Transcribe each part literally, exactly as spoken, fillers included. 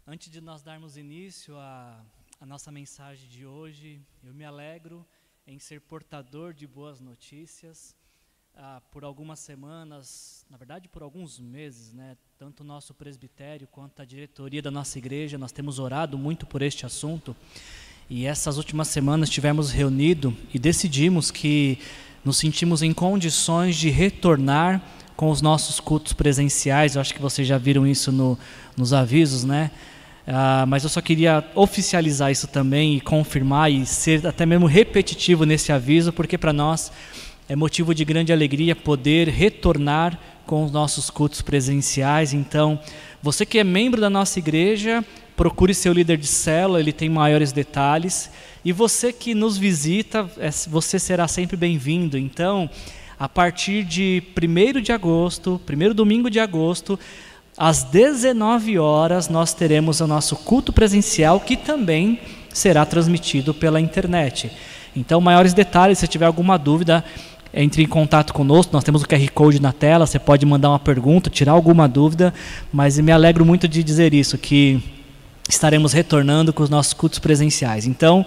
Antes de nós darmos início à, à nossa mensagem de hoje, eu me alegro em ser portador de boas notícias. Ah, por algumas semanas, na verdade por alguns meses, né, tanto o nosso presbitério quanto a diretoria da nossa igreja, nós temos orado muito por este assunto. E essas últimas semanas tivemos reunido e decidimos que nos sentimos em condições de retornar com os nossos cultos presenciais. Eu acho que vocês já viram isso no, nos avisos, né? Ah, mas eu só queria oficializar isso também e confirmar e ser até mesmo repetitivo nesse aviso, porque para nós é motivo de grande alegria poder retornar com os nossos cultos presenciais. Então, você que é membro da nossa igreja, procure seu líder de célula, ele tem maiores detalhes. E você que nos visita, você será sempre bem-vindo. Então, a partir de primeiro de agosto, primeiro domingo de agosto, às dezenove horas, nós teremos o nosso culto presencial, que também será transmitido pela internet. Então, maiores detalhes, se tiver alguma dúvida, entre em contato conosco. Nós temos o Q R Code na tela, você pode mandar uma pergunta, tirar alguma dúvida, mas me alegro muito de dizer isso, que estaremos retornando com os nossos cultos presenciais. Então,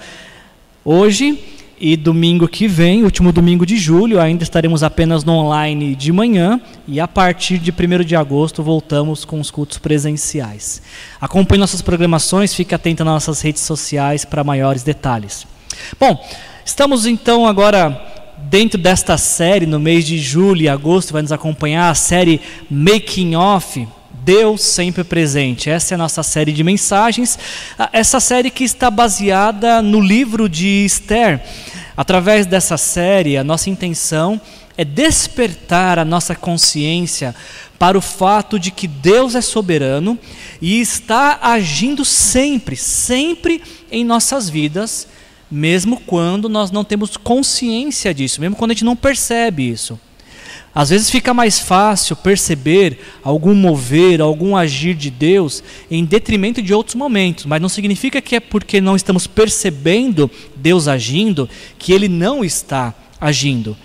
hoje e domingo que vem, último domingo de julho, ainda estaremos apenas no online de manhã, e a partir de primeiro de agosto voltamos com os cultos presenciais. Acompanhe nossas programações, fique atento nas nossas redes sociais para maiores detalhes. Bom, estamos então agora dentro desta série, no mês de julho e agosto, vai nos acompanhar a série Making Off, Deus sempre presente. Essa é a nossa série de mensagens, essa série que está baseada no livro de Esther. Através dessa série, a nossa intenção é despertar a nossa consciência para o fato de que Deus é soberano e está agindo sempre, sempre em nossas vidas, mesmo quando nós não temos consciência disso, mesmo quando a gente não percebe isso. Às vezes fica mais fácil perceber algum mover, algum agir de Deus em detrimento de outros momentos, mas não significa que é porque não estamos percebendo Deus agindo, que Ele não está agindo.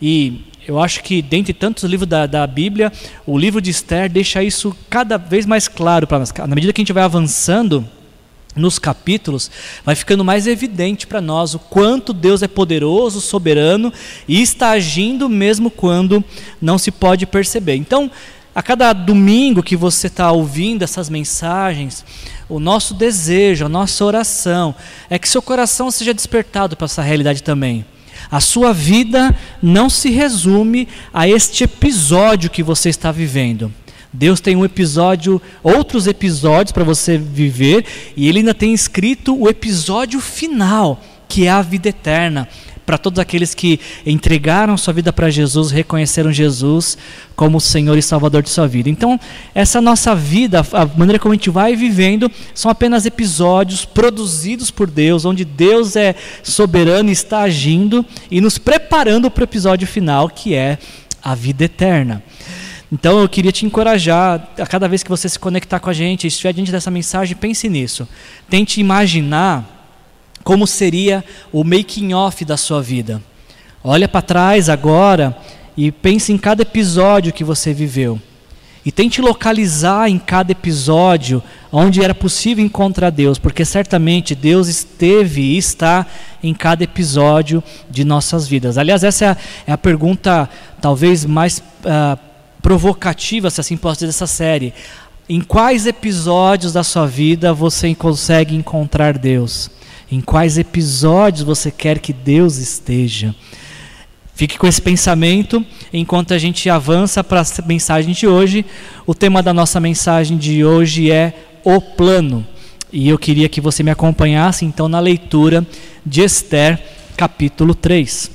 E eu acho que dentre tantos livros da, da Bíblia, o livro de Esther deixa isso cada vez mais claro para nós. Na medida que a gente vai avançando nos capítulos, vai ficando mais evidente para nós o quanto Deus é poderoso, soberano e está agindo mesmo quando não se pode perceber. Então, a cada domingo que você está ouvindo essas mensagens, o nosso desejo, a nossa oração é que seu coração seja despertado para essa realidade também. A sua vida não se resume a este episódio que você está vivendo. Deus tem um episódio, outros episódios para você viver, e Ele ainda tem escrito o episódio final, que é a vida eterna, para todos aqueles que entregaram sua vida para Jesus, reconheceram Jesus como o Senhor e Salvador de sua vida. Então, essa nossa vida, a maneira como a gente vai vivendo, são apenas episódios produzidos por Deus, onde Deus é soberano e está agindo e nos preparando para o episódio final, que é a vida eterna. Então eu queria te encorajar, a cada vez que você se conectar com a gente, estiver diante dessa mensagem, pense nisso. Tente imaginar como seria o making off da sua vida. Olha para trás agora e pense em cada episódio que você viveu. E tente localizar em cada episódio onde era possível encontrar Deus, porque certamente Deus esteve e está em cada episódio de nossas vidas. Aliás, essa é a, é a pergunta talvez mais Uh, provocativa, se assim posso dizer, dessa série. Em quais episódios da sua vida você consegue encontrar Deus? Em quais episódios você quer que Deus esteja? Fique com esse pensamento enquanto a gente avança para a mensagem de hoje. O tema da nossa mensagem de hoje é o plano. E eu queria que você me acompanhasse então na leitura de Esther, capítulo três.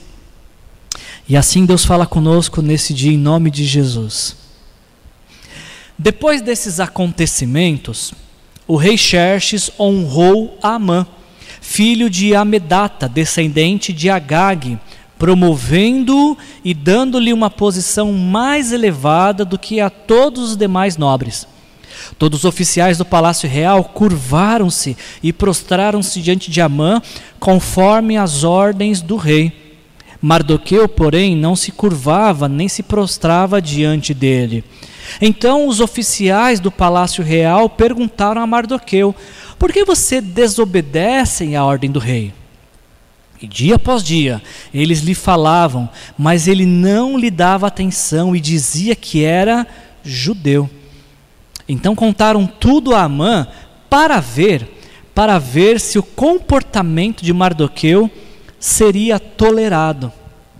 E assim Deus fala conosco nesse dia em nome de Jesus. Depois desses acontecimentos, o rei Xerxes honrou Amã, filho de Amedata, descendente de Agag, promovendo-o e dando-lhe uma posição mais elevada do que a todos os demais nobres. Todos os oficiais do palácio real curvaram-se e prostraram-se diante de Amã, conforme as ordens do rei. Mardoqueu, porém, não se curvava nem se prostrava diante dele. Então os oficiais do palácio real perguntaram a Mardoqueu: por que você desobedecem à ordem do rei? E dia após dia eles lhe falavam, mas ele não lhe dava atenção e dizia que era judeu. Então contaram tudo a Amã para ver, para ver se o comportamento de Mardoqueu seria tolerado.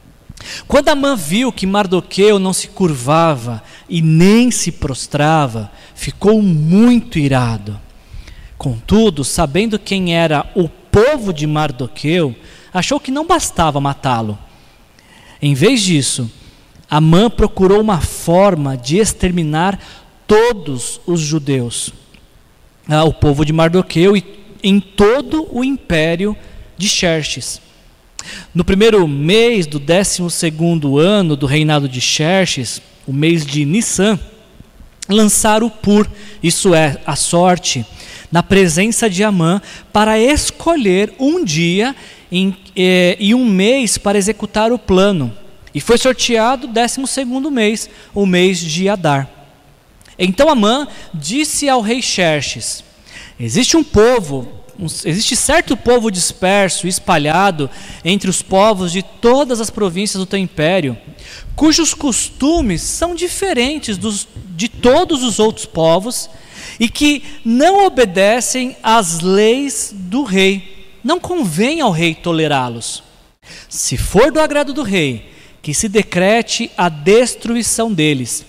Quando Amã viu que Mardoqueu não se curvava e nem se prostrava, ficou muito irado. Contudo, sabendo quem era o povo de Mardoqueu, achou que não bastava matá-lo. Em vez disso, Amã procurou uma forma de exterminar todos os judeus, ah, o povo de Mardoqueu e em todo o império de Xerxes. No primeiro mês do décimo segundo ano do reinado de Xerxes, o mês de Nissan, lançaram o pur, isso é, a sorte, na presença de Amã, para escolher um dia em, eh, e um mês para executar o plano. E foi sorteado o décimo segundo mês, o mês de Adar. Então Amã disse ao rei Xerxes: existe um povo, um, existe certo povo disperso e espalhado entre os povos de todas as províncias do teu império, cujos costumes são diferentes dos, de todos os outros povos e que não obedecem às leis do rei. Não convém ao rei tolerá-los. Se for do agrado do rei, que se decrete a destruição deles.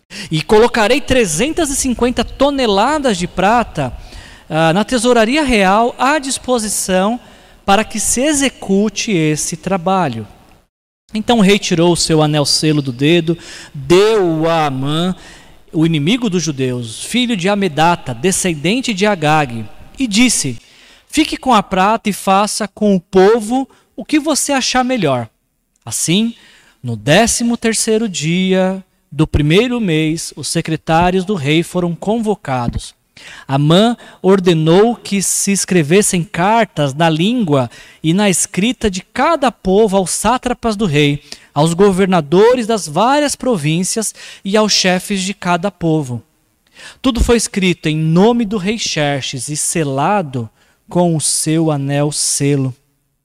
E colocarei trezentas e cinquenta toneladas de prata ah, na tesouraria real à disposição para que se execute esse trabalho. Então o rei tirou o seu anel selo do dedo, deu-o a Amã, o inimigo dos judeus, filho de Amedata, descendente de Agag, e disse: fique com a prata e faça com o povo o que você achar melhor. Assim, no décimo terceiro dia do primeiro mês, os secretários do rei foram convocados. Amã ordenou que se escrevessem cartas na língua e na escrita de cada povo aos sátrapas do rei, aos governadores das várias províncias e aos chefes de cada povo. Tudo foi escrito em nome do rei Xerxes e selado com o seu anel selo.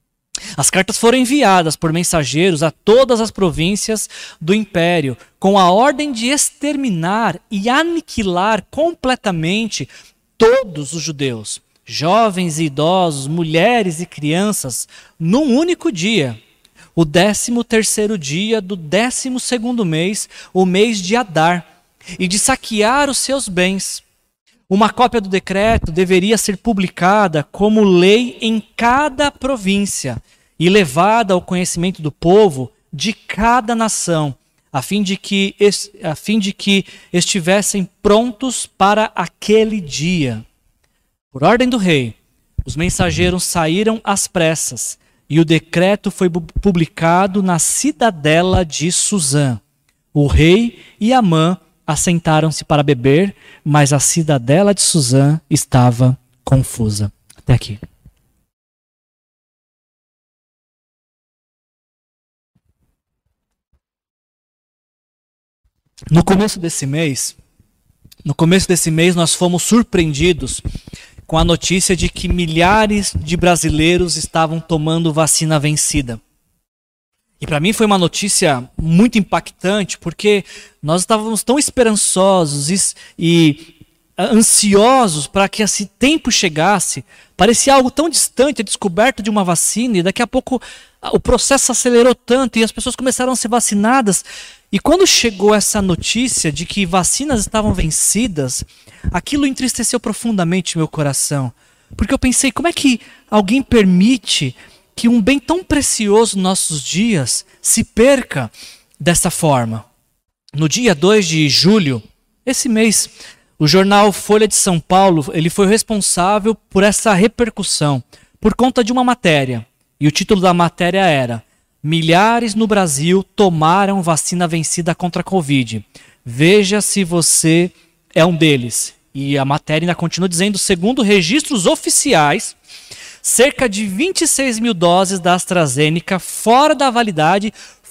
As cartas foram enviadas por mensageiros a todas as províncias do império, com a ordem de exterminar e aniquilar completamente todos os judeus, jovens e idosos, mulheres e crianças, num único dia, o décimo terceiro dia do décimo segundo mês, o mês de Adar, e de saquear os seus bens. Uma cópia do decreto deveria ser publicada como lei em cada província e levada ao conhecimento do povo de cada nação, a fim de que, a fim de que estivessem prontos para aquele dia. Por ordem do rei, os mensageiros saíram às pressas e o decreto foi publicado na cidadela de Suzã. O rei e Amã assentaram-se para beber, mas a cidadela de Suzã estava confusa. Até aqui. No começo desse mês, no começo desse mês nós fomos surpreendidos com a notícia de que milhares de brasileiros estavam tomando vacina vencida. E para mim foi uma notícia muito impactante, porque nós estávamos tão esperançosos e, e ansiosos para que esse tempo chegasse. Parecia algo tão distante, a descoberta de uma vacina, e daqui a pouco o processo acelerou tanto e as pessoas começaram a ser vacinadas. E quando chegou essa notícia de que vacinas estavam vencidas, aquilo entristeceu profundamente meu coração. Porque eu pensei, como é que alguém permite que um bem tão precioso nos nossos dias se perca dessa forma? No dia dois de julho, esse mês, o jornal Folha de São Paulo, ele foi responsável por essa repercussão, por conta de uma matéria. E o título da matéria era: milhares no Brasil tomaram vacina vencida contra a Covid. Veja se você é um deles. E a matéria ainda continua dizendo: segundo registros oficiais, cerca de vinte e seis mil doses da AstraZeneca fora da validade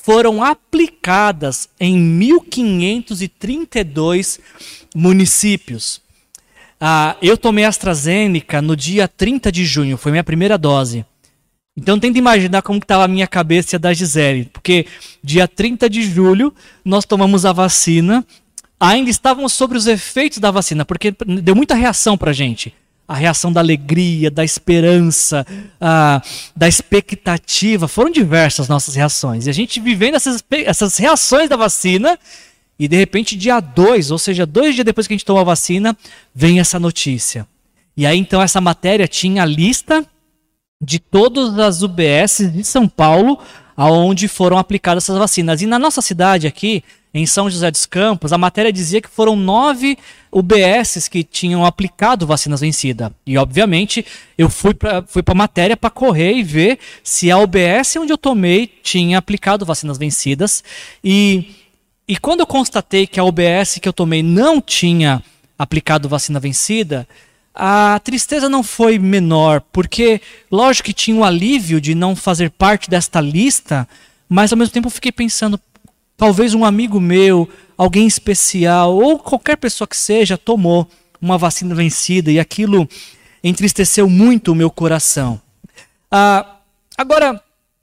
foram aplicadas em mil quinhentos e trinta e dois municípios. Ah, eu tomei AstraZeneca no dia trinta de junho, foi minha primeira dose. Então tenta imaginar como estava a minha cabeça e a da Gisele, porque dia trinta de julho nós tomamos a vacina, ainda estávamos sobre os efeitos da vacina, porque deu muita reação para a gente. A reação da alegria, da esperança, a, da expectativa, foram diversas nossas reações. E a gente vivendo essas, essas reações da vacina, e de repente dia dois, ou seja, dois dias depois que a gente tomou a vacina, vem essa notícia. E aí então essa matéria tinha a lista de todas as U B S de São Paulo, aonde foram aplicadas essas vacinas. E na nossa cidade aqui, em São José dos Campos, a matéria dizia que foram nove U B S que tinham aplicado vacinas vencidas. E, obviamente, eu fui para fui a matéria para correr e ver se a U B S onde eu tomei tinha aplicado vacinas vencidas. E, e quando eu constatei que a U B S que eu tomei não tinha aplicado vacina vencida, a tristeza não foi menor, porque lógico que tinha o alívio de não fazer parte desta lista, mas ao mesmo tempo eu fiquei pensando, talvez um amigo meu, alguém especial, ou qualquer pessoa que seja, tomou uma vacina vencida e aquilo entristeceu muito o meu coração. Ah, agora,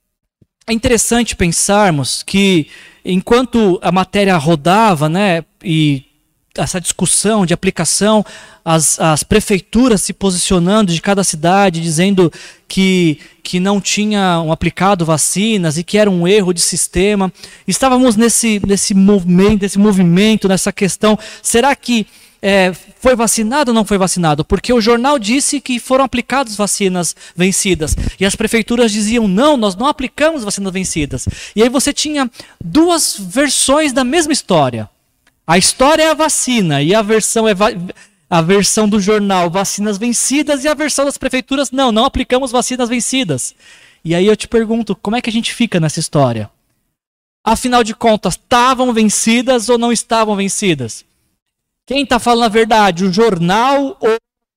é interessante pensarmos que enquanto a matéria rodava, né, e essa discussão de aplicação, as, as prefeituras se posicionando de cada cidade, dizendo que, que não tinham aplicado vacinas e que era um erro de sistema. Estávamos nesse, nesse, movimento, nesse movimento, nessa questão, será que é, foi vacinado ou não foi vacinado? Porque o jornal disse que foram aplicadas vacinas vencidas. E as prefeituras diziam, não, nós não aplicamos vacinas vencidas. E aí você tinha duas versões da mesma história. A história é a vacina e a versão é va a versão do jornal vacinas vencidas e a versão das prefeituras não, não aplicamos vacinas vencidas. E aí eu te pergunto, como é que a gente fica nessa história? Afinal de contas, estavam vencidas ou não estavam vencidas? Quem está falando a verdade? O jornal ou...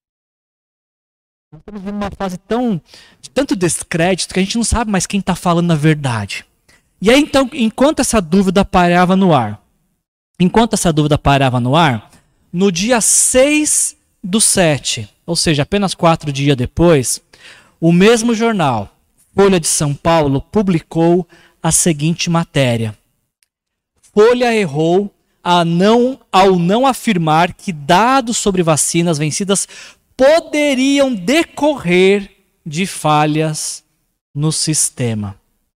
Estamos numa fase tão, de tanto descrédito que a gente não sabe mais quem está falando a verdade. E aí então, enquanto essa dúvida pairava no ar, Enquanto essa dúvida pairava no ar, no dia seis do sete, ou seja, apenas quatro dias depois, o mesmo jornal, Folha de São Paulo, publicou a seguinte matéria. Folha errou a não, ao não afirmar que dados sobre vacinas vencidas poderiam decorrer de falhas no sistema.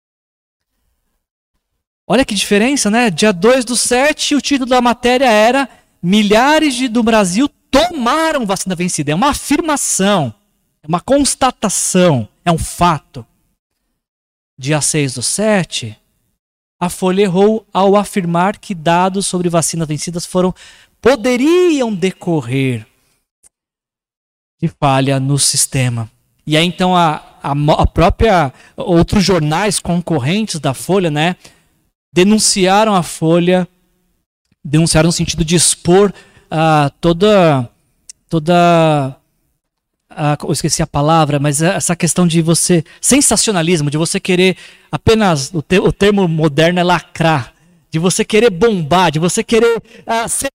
Olha que diferença, né? Dia dois do sete, o título da matéria era milhares de, do Brasil tomaram vacina vencida. É uma afirmação, é uma constatação, é um fato. Dia seis do sete, a Folha errou ao afirmar que dados sobre vacinas vencidas foram, poderiam decorrer de falha no sistema. E aí então a, a, a própria, outros jornais concorrentes da Folha, né? Denunciaram a Folha, denunciaram no sentido de expor uh, toda, toda uh, eu esqueci a palavra, mas essa questão de você, sensacionalismo, de você querer apenas, o, te, o termo moderno é lacrar, de você querer bombar, de você querer uh, ser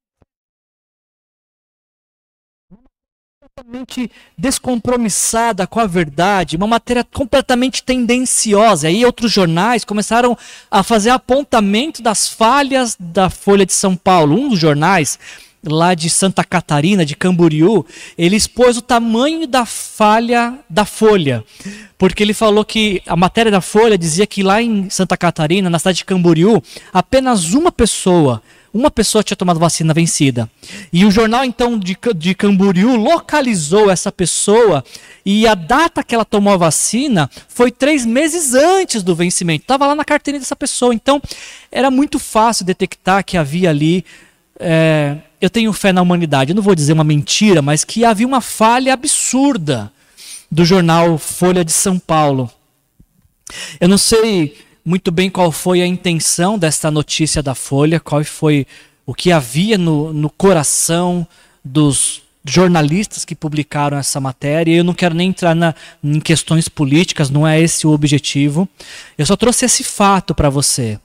completamente descompromissada com a verdade, uma matéria completamente tendenciosa. Aí outros jornais começaram a fazer apontamento das falhas da Folha de São Paulo. Um dos jornais, lá de Santa Catarina, de Camboriú, ele expôs o tamanho da falha da Folha. Porque ele falou que a matéria da Folha dizia que lá em Santa Catarina, na cidade de Camboriú, apenas uma pessoa Uma pessoa tinha tomado vacina vencida. E o jornal, então, de, de Camboriú localizou essa pessoa e a data que ela tomou a vacina foi três meses antes do vencimento. Estava lá na carteirinha dessa pessoa. Então, era muito fácil detectar que havia ali... É, eu tenho fé na humanidade, eu não vou dizer uma mentira, mas que havia uma falha absurda do jornal Folha de São Paulo. Eu não sei muito bem qual foi a intenção desta notícia da Folha, qual foi o que havia no, no coração dos jornalistas que publicaram essa matéria. Eu não quero nem entrar na, em questões políticas, não é esse o objetivo. Eu só trouxe esse fato para você.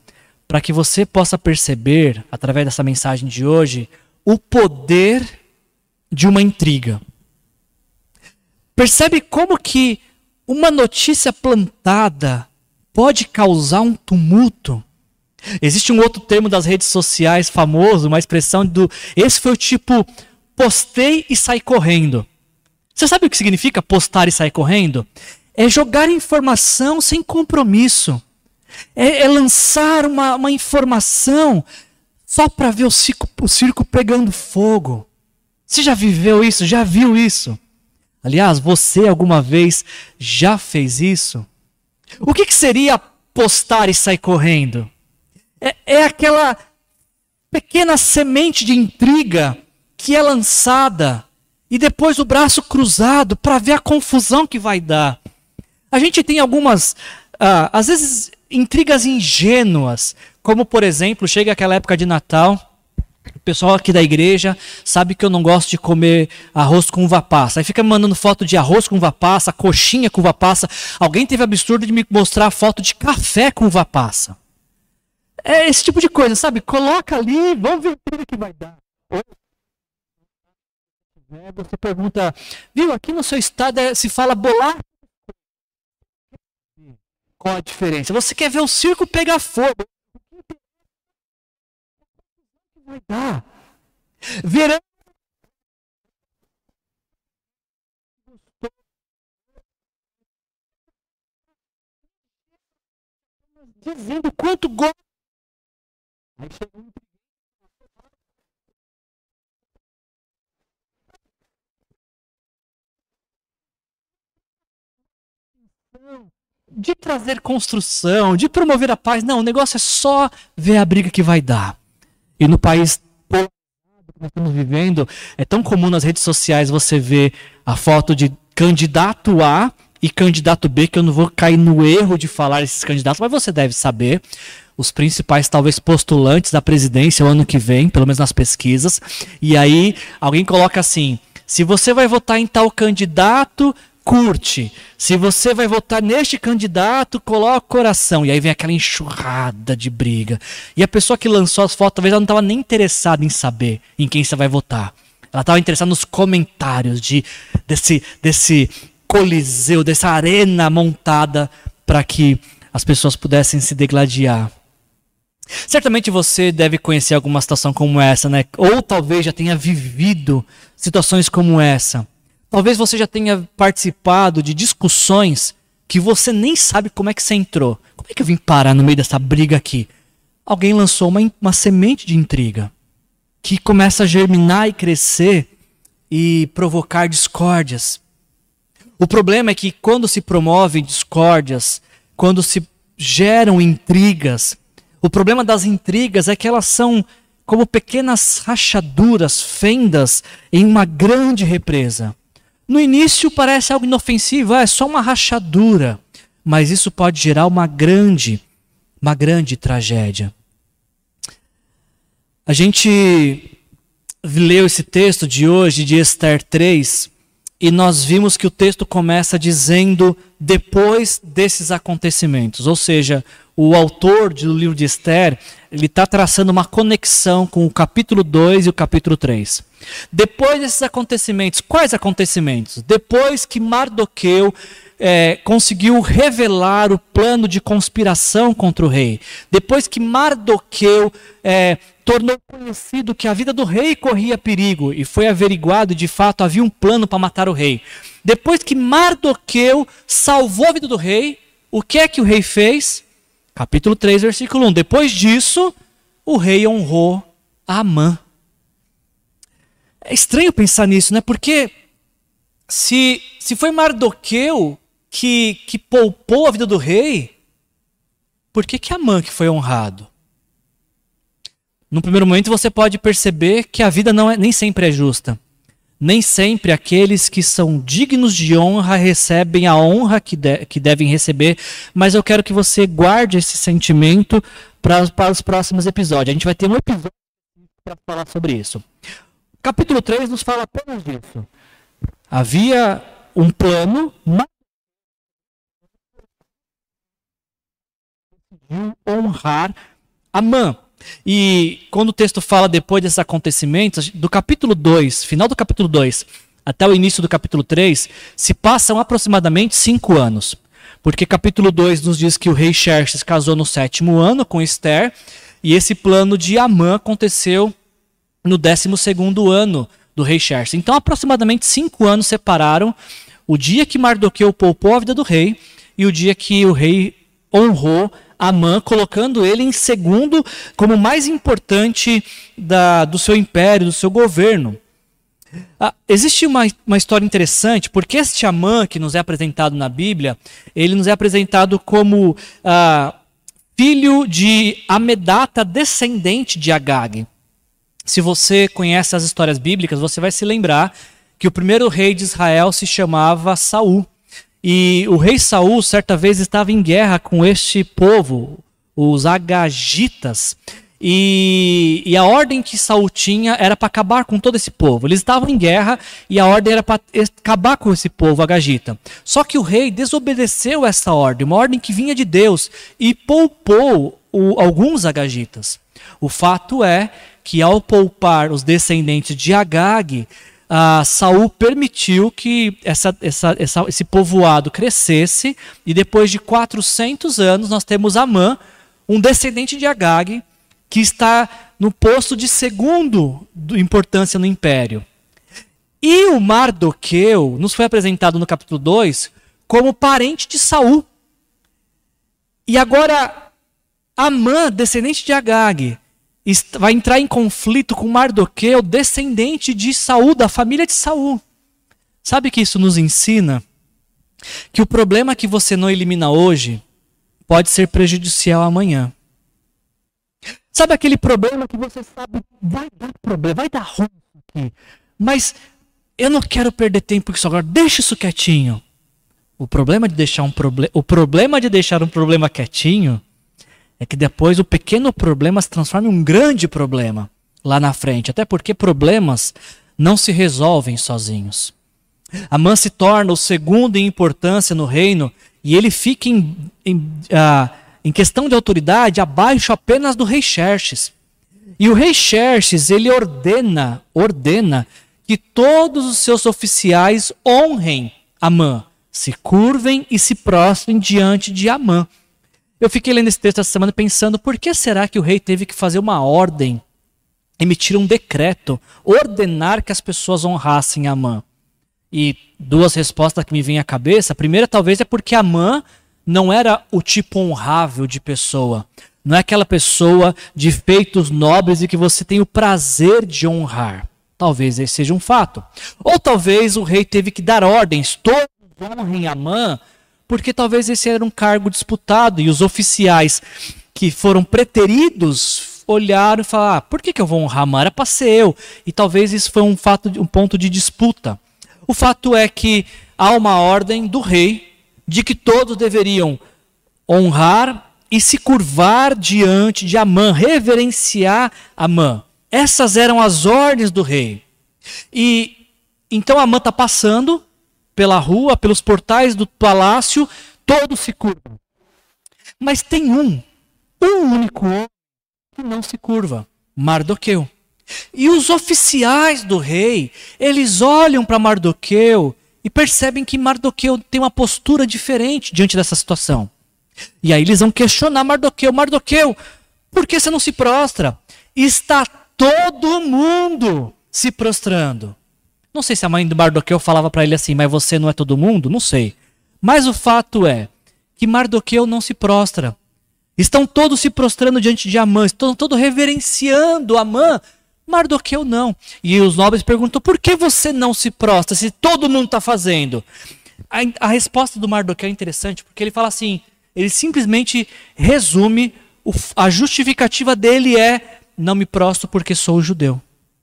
para que você possa perceber, através dessa mensagem de hoje, o poder de uma intriga. Percebe como que uma notícia plantada pode causar um tumulto? Existe um outro termo das redes sociais famoso, uma expressão do... Esse foi o tipo, postei e saí correndo. Você sabe o que significa postar e sair correndo? É jogar informação sem compromisso. É, é lançar uma, uma informação só para ver o circo, o circo pegando fogo. Você já viveu isso? Já viu isso? Aliás, você alguma vez já fez isso? O que, que seria postar e sair correndo? É, é aquela pequena semente de intriga que é lançada e depois o braço cruzado para ver a confusão que vai dar. A gente tem algumas, ah, às vezes, intrigas ingênuas, como, por exemplo, chega aquela época de Natal, o pessoal aqui da igreja sabe que eu não gosto de comer arroz com uva passa. Aí fica me mandando foto de arroz com uva passa, coxinha com uva passa. Alguém teve o absurdo de me mostrar foto de café com uva passa. É esse tipo de coisa, sabe? Coloca ali, vamos ver o que vai dar. Você pergunta, viu, aqui no seu estado se fala bolacha. Qual a diferença? Você quer ver o circo pegar fogo. O que vai dar? Verão. Dizendo quanto gosta. Aí chega um... de trazer construção, de promover a paz. Não, o negócio é só ver a briga que vai dar. E no país que nós estamos vivendo, é tão comum nas redes sociais você ver a foto de candidato A e candidato B, que eu não vou cair no erro de falar esses candidatos, mas você deve saber. Os principais, talvez, postulantes da presidência o ano que vem, pelo menos nas pesquisas. E aí, alguém coloca assim, se você vai votar em tal candidato, curte. Se você vai votar neste candidato, coloca o coração. E aí vem aquela enxurrada de briga. E a pessoa que lançou as fotos, talvez ela não estava nem interessada em saber em quem você vai votar. Ela estava interessada nos comentários de, desse, desse coliseu, dessa arena montada para que as pessoas pudessem se degladiar. Certamente você deve conhecer alguma situação como essa, né? Ou talvez já tenha vivido situações como essa. Talvez você já tenha participado de discussões que você nem sabe como é que você entrou. Como é que eu vim parar no meio dessa briga aqui? Alguém lançou uma, uma semente de intriga que começa a germinar e crescer e provocar discórdias. O problema é que quando se promovem discórdias, quando se geram intrigas, o problema das intrigas é que elas são como pequenas rachaduras, fendas em uma grande represa. No início parece algo inofensivo, é só uma rachadura, mas isso pode gerar uma grande, uma grande tragédia. A gente leu esse texto de hoje, de Esther três, e nós vimos que o texto começa dizendo depois desses acontecimentos, ou seja, o autor do livro de Esther, ele está traçando uma conexão com o capítulo dois e o capítulo três. Depois desses acontecimentos, quais acontecimentos? Depois que Mardoqueu é, conseguiu revelar o plano de conspiração contra o rei, depois que Mardoqueu é, tornou conhecido que a vida do rei corria perigo e foi averiguado, de fato havia um plano para matar o rei. Depois que Mardoqueu salvou a vida do rei, o que é que o rei fez? Capítulo três, versículo um. Depois disso, o rei honrou a Amã. É estranho pensar nisso, né? Porque se, se foi Mardoqueu que, que poupou a vida do rei, por que que Amã que foi honrado? No primeiro momento você pode perceber que a vida não é, nem sempre é justa. Nem sempre aqueles que são dignos de honra recebem a honra que, de, que devem receber, mas eu quero que você guarde esse sentimento para, para os próximos episódios. A gente vai ter um episódio para falar sobre isso. Capítulo três nos fala apenas disso. Havia um plano, mas decidiu honrar Amã. E quando o texto fala depois desses acontecimentos, do capítulo dois, final do capítulo dois, até o início do capítulo três, se passam aproximadamente cinco anos. Porque capítulo dois nos diz que o rei Xerxes casou no sétimo ano com Ester, e esse plano de Amã aconteceu no décimo segundo ano do rei Xerxes. Então, aproximadamente cinco anos separaram o dia que Mardoqueu poupou a vida do rei e o dia que o rei honrou Amã, colocando ele em segundo como mais importante da, do seu império, do seu governo. Ah, existe uma, uma história interessante, porque este Amã que nos é apresentado na Bíblia, ele nos é apresentado como ah, filho de Amedata, descendente de Agag. Se você conhece as histórias bíblicas, você vai se lembrar que o primeiro rei de Israel se chamava Saul. E o rei Saul, certa vez, estava em guerra com este povo, os agagitas. E, e a ordem que Saul tinha era para acabar com todo esse povo. Eles estavam em guerra e a ordem era para acabar com esse povo agagita. Só que o rei desobedeceu essa ordem, uma ordem que vinha de Deus, e poupou o, alguns agagitas. O fato é que ao poupar os descendentes de Agag, Uh, Saul permitiu que essa, essa, essa, esse povoado crescesse, e depois de quatrocentos anos nós temos Amã, um descendente de Agag, que está no posto de segundo importância no império. E o Mardoqueu nos foi apresentado no capítulo dois como parente de Saul. E agora Amã, descendente de Agag, vai entrar em conflito com Mardoqueu, descendente de Saul, da família de Saul. Sabe que isso nos ensina? Que o problema que você não elimina hoje pode ser prejudicial amanhã. Sabe aquele problema que você sabe, vai dar problema, vai dar ruim aqui, mas eu não quero perder tempo com isso agora, deixa isso quietinho. O problema de deixar um problema, o problema de deixar um problema quietinho é que depois o pequeno problema se transforma em um grande problema lá na frente. Até porque problemas não se resolvem sozinhos. Amã se torna o segundo em importância no reino e ele fica em, em, uh, em questão de autoridade abaixo apenas do rei Xerxes. E o rei Xerxes, ele ordena, ordena que todos os seus oficiais honrem Amã, se curvem e se prostrem diante de Amã. Eu fiquei lendo esse texto essa semana pensando, por que será que o rei teve que fazer uma ordem, emitir um decreto, ordenar que as pessoas honrassem Amã? E duas respostas que me vêm à cabeça. A primeira talvez é porque Amã não era o tipo honrável de pessoa. Não é aquela pessoa de feitos nobres e que você tem o prazer de honrar. Talvez esse seja um fato. Ou talvez o rei teve que dar ordens, todos honrem Amã, porque talvez esse era um cargo disputado e os oficiais que foram preteridos olharam e falaram, ah, por que, que eu vou honrar Amã? Era para ser eu. E talvez isso foi um, fato, um ponto de disputa. O fato é que há uma ordem do rei de que todos deveriam honrar e se curvar diante de Amã, reverenciar Amã. Essas eram as ordens do rei. E então Amã está passando pela rua, pelos portais do palácio, todos se curvam. Mas tem um, um único homem que não se curva, Mardoqueu. E os oficiais do rei, eles olham para Mardoqueu e percebem que Mardoqueu tem uma postura diferente diante dessa situação. E aí eles vão questionar Mardoqueu. Mardoqueu, por que você não se prostra? Está todo mundo se prostrando. Não sei se a mãe do Mardoqueu falava para ele assim, mas você não é todo mundo? Não sei. Mas o fato é que Mardoqueu não se prostra. Estão todos se prostrando diante de Amã, estão todos reverenciando Amã. Mardoqueu não. E os nobres perguntam, por que você não se prostra se todo mundo está fazendo? A, a resposta do Mardoqueu é interessante, porque ele fala assim, ele simplesmente resume, o, a justificativa dele é, não me prostro porque sou judeu.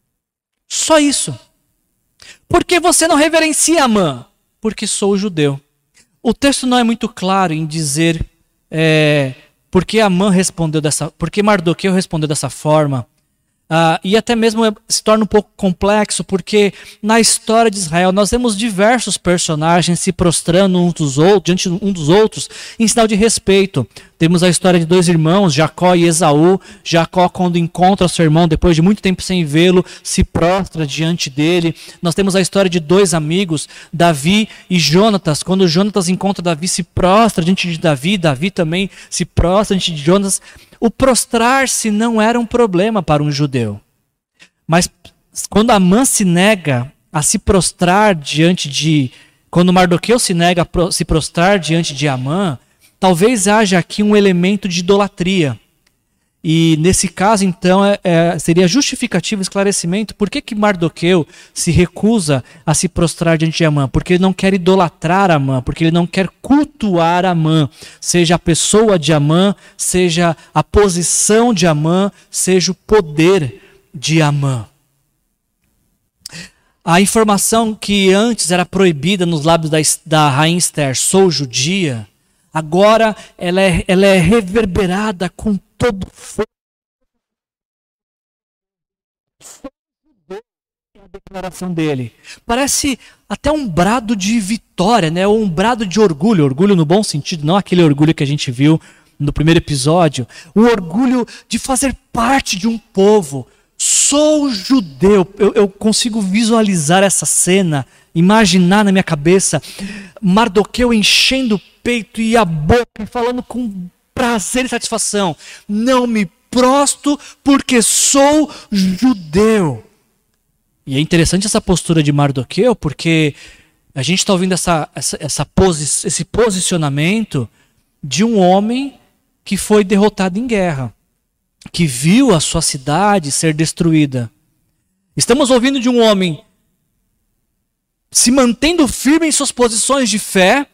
Só isso. Por que você não reverencia Amã? Porque sou judeu. O texto não é muito claro em dizer é, por que Amã respondeu dessa, por que Mardoqueu respondeu dessa forma. Uh, e até mesmo se torna um pouco complexo, porque na história de Israel nós vemos diversos personagens se prostrando uns dos outros, diante um dos outros, em sinal de respeito. Temos a história de dois irmãos, Jacó e Esaú. Jacó, quando encontra seu irmão, depois de muito tempo sem vê-lo, se prostra diante dele. Nós temos a história de dois amigos, Davi e Jonatas. Quando Jonatas encontra Davi, se prostra diante de Davi. Davi também se prostra diante de Jonatas. O prostrar-se não era um problema para um judeu. Mas quando Amã se nega a se prostrar diante de... Quando Mardoqueu se nega a se prostrar diante de Amã, talvez haja aqui um elemento de idolatria. E nesse caso, então, é, é, seria justificativo esclarecimento por que, que Mardoqueu se recusa a se prostrar diante de Amã. Porque ele não quer idolatrar Amã, porque ele não quer cultuar Amã. Seja a pessoa de Amã, seja a posição de Amã, seja o poder de Amã. A informação que antes era proibida nos lábios da, da rainha Esther, sou judia, agora ela é, ela é reverberada com todo fogo. A declaração dele parece até um brado de vitória, né? Ou um brado de orgulho, orgulho no bom sentido, não aquele orgulho que a gente viu no primeiro episódio, o orgulho de fazer parte de um povo. Sou judeu. Eu, eu consigo visualizar essa cena, imaginar na minha cabeça Mardoqueu enchendo o peito e a boca e falando com prazer e satisfação: não me prostro porque sou judeu. E é interessante essa postura de Mardoqueu, porque a gente está ouvindo essa, essa, essa posi- esse posicionamento de um homem que foi derrotado em guerra, que viu a sua cidade ser destruída. Estamos ouvindo de um homem se mantendo firme em suas posições de fé,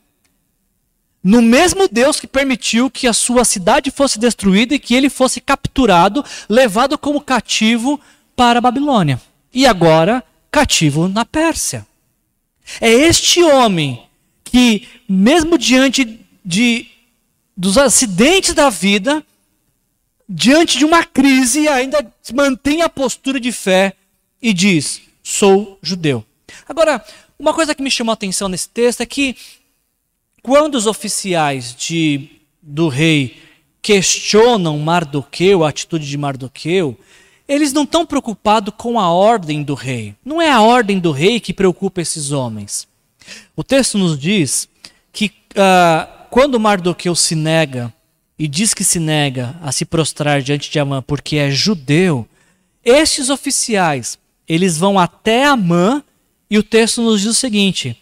no mesmo Deus que permitiu que a sua cidade fosse destruída e que ele fosse capturado, levado como cativo para a Babilônia. E agora, cativo na Pérsia. É este homem que, mesmo diante de, dos acidentes da vida, diante de uma crise, ainda mantém a postura de fé e diz: sou judeu. Agora, uma coisa que me chamou a atenção nesse texto é que quando os oficiais de, do rei questionam Mardoqueu, a atitude de Mardoqueu, eles não estão preocupados com a ordem do rei. Não é a ordem do rei que preocupa esses homens. O texto nos diz que uh, quando Mardoqueu se nega, e diz que se nega a se prostrar diante de Amã porque é judeu, estes oficiais, eles vão até Amã, e o texto nos diz o seguinte: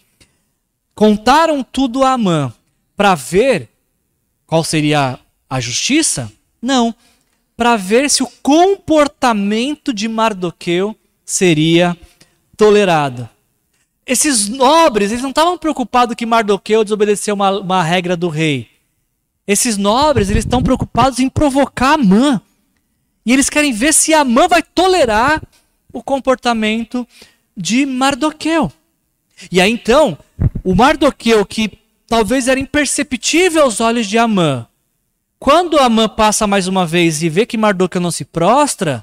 contaram tudo a Amã para ver qual seria a justiça? Não. Para ver se o comportamento de Mardoqueu seria tolerado. Esses nobres, eles não estavam preocupados que Mardoqueu desobedeceu uma, uma regra do rei. Esses nobres, eles estão preocupados em provocar Amã. E eles querem ver se Amã vai tolerar o comportamento de Mardoqueu. E aí então, o Mardoqueu, que talvez era imperceptível aos olhos de Amã, quando Amã passa mais uma vez e vê que Mardoqueu não se prostra,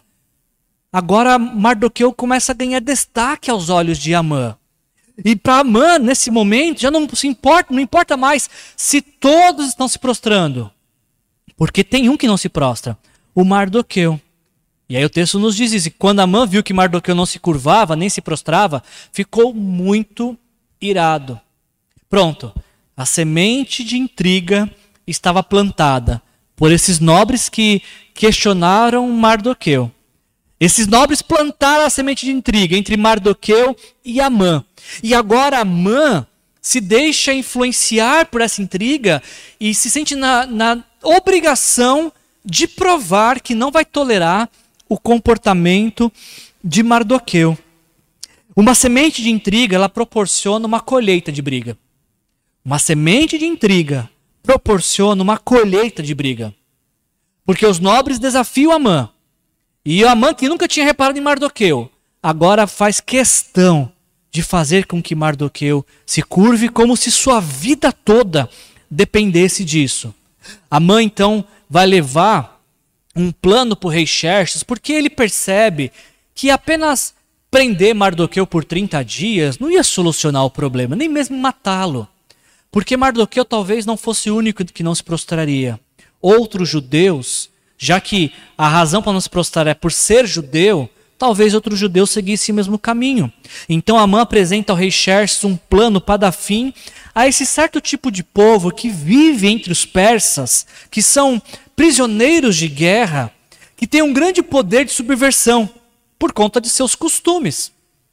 agora Mardoqueu começa a ganhar destaque aos olhos de Amã. E para Amã, nesse momento, já não se importa, não importa mais se todos estão se prostrando. Porque tem um que não se prostra, o Mardoqueu. E aí o texto nos diz isso: quando Amã viu que Mardoqueu não se curvava, nem se prostrava, ficou muito irado. Pronto, a semente de intriga estava plantada por esses nobres que questionaram Mardoqueu. Esses nobres plantaram a semente de intriga entre Mardoqueu e Amã. E agora Amã se deixa influenciar por essa intriga e se sente na, na obrigação de provar que não vai tolerar o comportamento de Mardoqueu. Uma semente de intriga, ela proporciona uma colheita de briga. Uma semente de intriga proporciona uma colheita de briga. Porque os nobres desafiam Amã. E o Amã, que nunca tinha reparado em Mardoqueu, agora faz questão de fazer com que Mardoqueu se curve como se sua vida toda dependesse disso. Amã, então, vai levar um plano para o rei Xerxes, porque ele percebe que apenas prender Mardoqueu por trinta dias não ia solucionar o problema, nem mesmo matá-lo. Porque Mardoqueu talvez não fosse o único que não se prostraria. Outros judeus, já que a razão para não se prostrar é por ser judeu, talvez outros judeus seguissem o mesmo caminho. Então Amã apresenta ao rei Xerxes um plano para dar fim a esse certo tipo de povo que vive entre os persas, que são prisioneiros de guerra, que tem um grande poder de subversão por conta de seus costumes.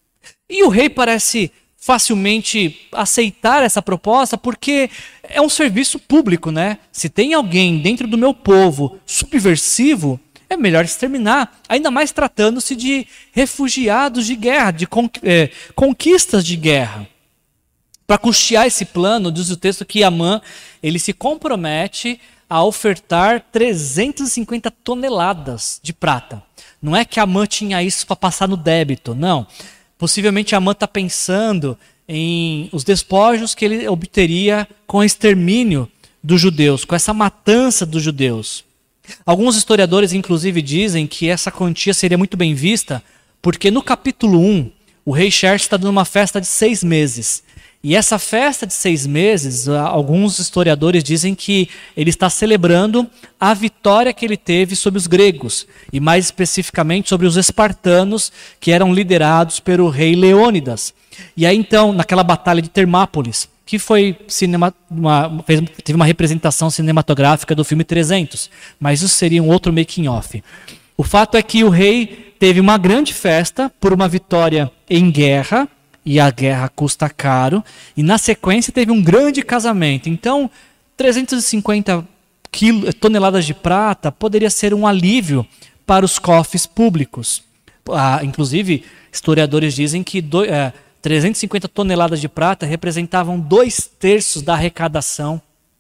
E o rei parece facilmente aceitar essa proposta porque é um serviço público, né? Se tem alguém dentro do meu povo subversivo, é melhor exterminar, ainda mais tratando-se de refugiados de guerra, de é, conquistas de guerra. Para custear esse plano, diz o texto que Amã ele se compromete a ofertar trezentas e cinquenta toneladas de prata. Não é que Amã tinha isso para passar no débito, não. Possivelmente Amã está pensando em os despojos que ele obteria com o extermínio dos judeus, com essa matança dos judeus. Alguns historiadores, inclusive, dizem que essa quantia seria muito bem vista, porque no capítulo um, o rei Xerxes está dando uma festa de seis meses. E essa festa de seis meses, alguns historiadores dizem que ele está celebrando a vitória que ele teve sobre os gregos, e mais especificamente sobre os espartanos, que eram liderados pelo rei Leônidas. E aí então, naquela batalha de Termápolis, que foi cinema, uma, fez, teve uma representação cinematográfica do filme trezentos, mas isso seria um outro making of. O fato é que o rei teve uma grande festa por uma vitória em guerra, e a guerra custa caro, e na sequência teve um grande casamento. Então, trezentas e cinquenta quilo, toneladas de prata poderia ser um alívio para os cofres públicos. Ah, inclusive, historiadores dizem que do, é, trezentas e cinquenta toneladas de prata representavam dois terços da arrecadação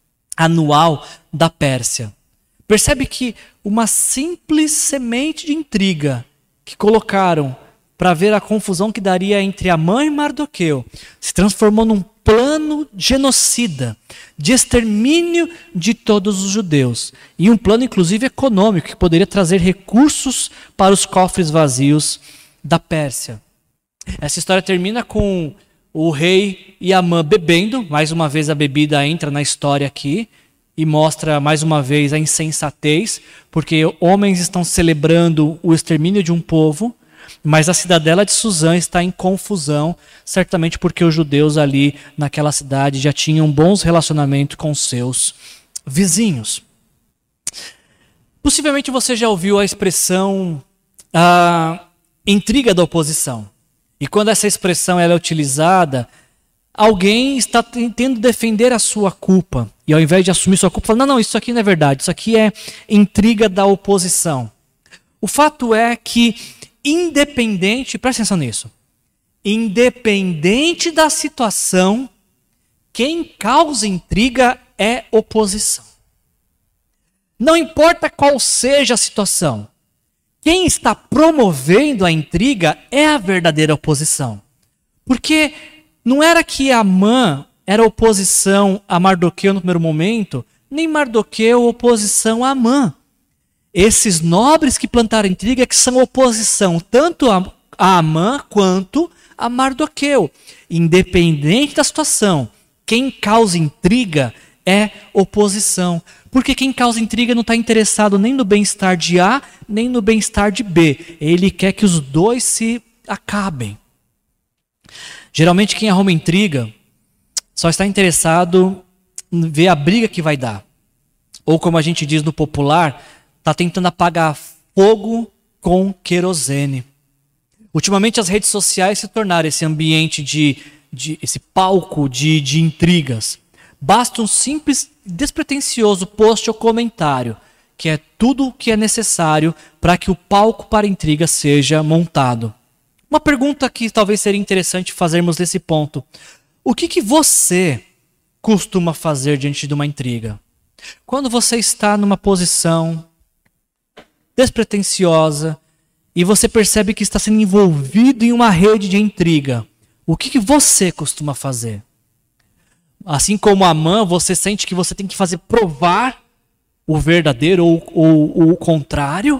anual da Pérsia. Percebe que uma simples semente de intriga que colocaram para ver a confusão que daria entre Amã e Mardoqueu, se transformou num plano genocida, de extermínio de todos os judeus. E um plano, inclusive, econômico, que poderia trazer recursos para os cofres vazios da Pérsia. Essa história termina com o rei e Amã bebendo. Mais uma vez a bebida entra na história aqui e mostra mais uma vez a insensatez, porque homens estão celebrando o extermínio de um povo, mas a cidadela de Suzã está em confusão, certamente porque os judeus ali naquela cidade já tinham bons relacionamentos com seus vizinhos. Possivelmente você já ouviu a expressão a intriga da oposição. E quando essa expressão ela é utilizada, alguém está tentando defender a sua culpa. E ao invés de assumir sua culpa, fala, não, não, isso aqui não é verdade, isso aqui é intriga da oposição. O fato é que independente, presta atenção nisso, independente da situação, quem causa intriga é oposição. Não importa qual seja a situação, quem está promovendo a intriga é a verdadeira oposição. Porque não era que Amã era oposição a Mardoqueu no primeiro momento, nem Mardoqueu oposição a Amã. Esses nobres que plantaram intriga que são oposição tanto a, a Amã quanto a Mardoqueu. Independente da situação, quem causa intriga é oposição. Porque quem causa intriga não está interessado nem no bem-estar de A, nem no bem-estar de B. Ele quer que os dois se acabem. Geralmente quem arruma intriga só está interessado em ver a briga que vai dar. Ou como a gente diz no popular, está tentando apagar fogo com querosene. Ultimamente as redes sociais se tornaram esse ambiente de, de esse palco de, de intrigas. Basta um simples, despretensioso post ou comentário, que é tudo o que é necessário para que o palco para intriga seja montado. Uma pergunta que talvez seria interessante fazermos nesse ponto. O que, que você costuma fazer diante de uma intriga? Quando você está numa posição despretensiosa e você percebe que está sendo envolvido em uma rede de intriga, o que, que você costuma fazer? Assim como Amã, você sente que você tem que fazer provar o verdadeiro ou, ou, ou o contrário?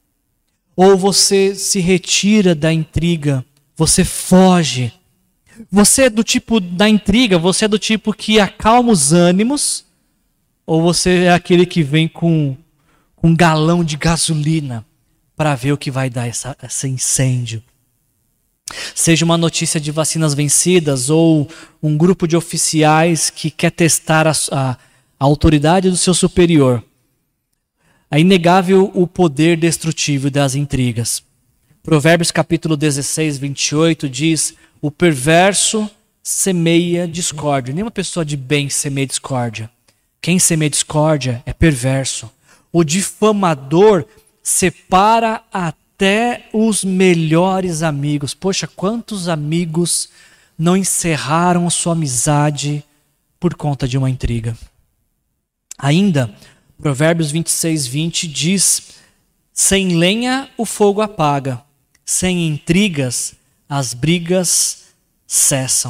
Ou você se retira da intriga, você foge? Você é do tipo da intriga, você é do tipo que acalma os ânimos? Ou você é aquele que vem com, com um galão de gasolina para ver o que vai dar essa, esse incêndio? Seja uma notícia de vacinas vencidas ou um grupo de oficiais que quer testar a, a, a autoridade do seu superior. É inegável o poder destrutivo das intrigas. Provérbios capítulo dezesseis, vinte e oito diz: o perverso semeia discórdia. Nenhuma pessoa de bem semeia discórdia. Quem semeia discórdia é perverso. O difamador separa até os melhores amigos. Poxa, quantos amigos não encerraram sua amizade por conta de uma intriga? Ainda, Provérbios vinte e seis, vinte diz: sem lenha o fogo apaga, sem intrigas as brigas cessam.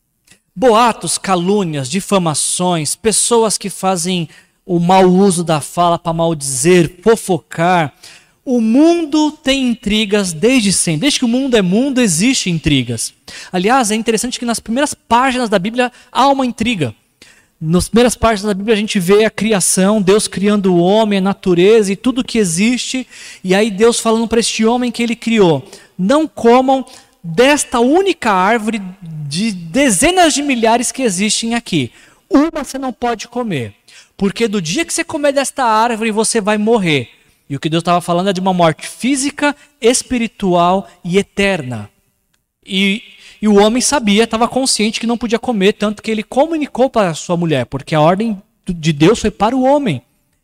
Boatos, calúnias, difamações, pessoas que fazem o mau uso da fala para maldizer, fofocar. O mundo tem intrigas desde sempre. Desde que o mundo é mundo, existem intrigas. Aliás, é interessante que nas primeiras páginas da Bíblia há uma intriga. Nas primeiras páginas da Bíblia a gente vê a criação, Deus criando o homem, a natureza e tudo que existe. E aí Deus falando para este homem que ele criou: não comam desta única árvore de dezenas de milhares que existem aqui. Uma você não pode comer, porque do dia que você comer desta árvore você vai morrer. E o que Deus estava falando é de uma morte física, espiritual e eterna. E, e o homem sabia, estava consciente que não podia comer, tanto que ele comunicou para a sua mulher, porque a ordem de Deus foi para o homem.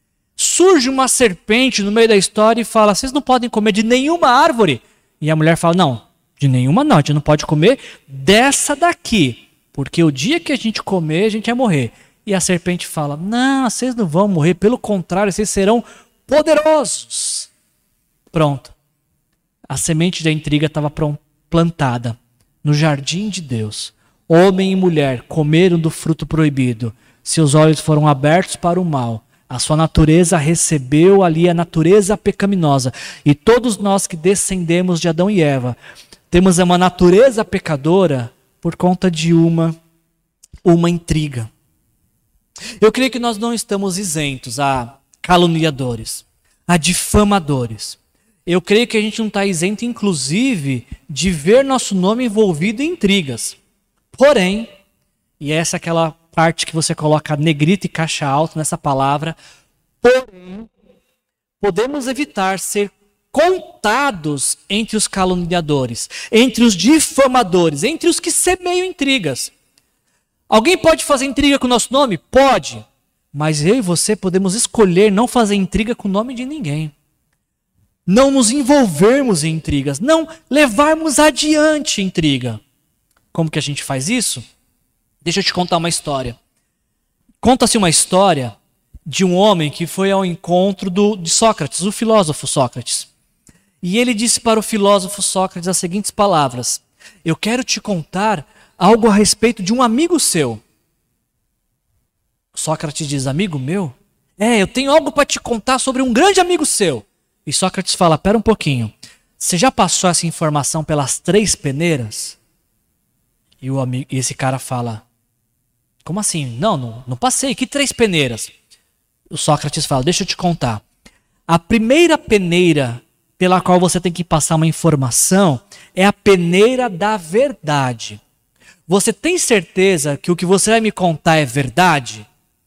Surge uma serpente no meio da história e fala: vocês não podem comer de nenhuma árvore. E a mulher fala: não, de nenhuma não, a gente não pode comer dessa daqui, porque o dia que a gente comer, a gente vai morrer. E a serpente fala: não, vocês não vão morrer, pelo contrário, vocês serão poderosos. Pronto. A semente da intriga estava plantada no jardim de Deus. Homem e mulher comeram do fruto proibido. Seus olhos foram abertos para o mal. A sua natureza recebeu ali a natureza pecaminosa. E todos nós que descendemos de Adão e Eva temos uma natureza pecadora por conta de uma, uma intriga. Eu creio que nós não estamos isentos a caluniadores, a difamadores. Eu creio que a gente não está isento, inclusive, de ver nosso nome envolvido em intrigas. Porém, e essa é aquela parte que você coloca negrito e caixa alta nessa palavra, porém, podemos evitar ser contados entre os caluniadores, entre os difamadores, entre os que semeiam intrigas. Alguém pode fazer intriga com o nosso nome? Pode. Mas eu e você podemos escolher não fazer intriga com o nome de ninguém. Não nos envolvermos em intrigas, não levarmos adiante intriga. Como que a gente faz isso? Deixa eu te contar uma história. Conta-se uma história de um homem que foi ao encontro do, de Sócrates, o filósofo Sócrates. E ele disse para o filósofo Sócrates as seguintes palavras: eu quero te contar algo a respeito de um amigo seu. Sócrates diz: amigo meu? É, eu tenho algo para te contar sobre um grande amigo seu. E Sócrates fala: pera um pouquinho, você já passou essa informação pelas três peneiras? E, o amigo, e esse cara fala: como assim? Não, não, não passei, que três peneiras? O Sócrates fala: deixa eu te contar. A primeira peneira pela qual você tem que passar uma informação é a peneira da verdade. Você tem certeza que o que você vai me contar é verdade?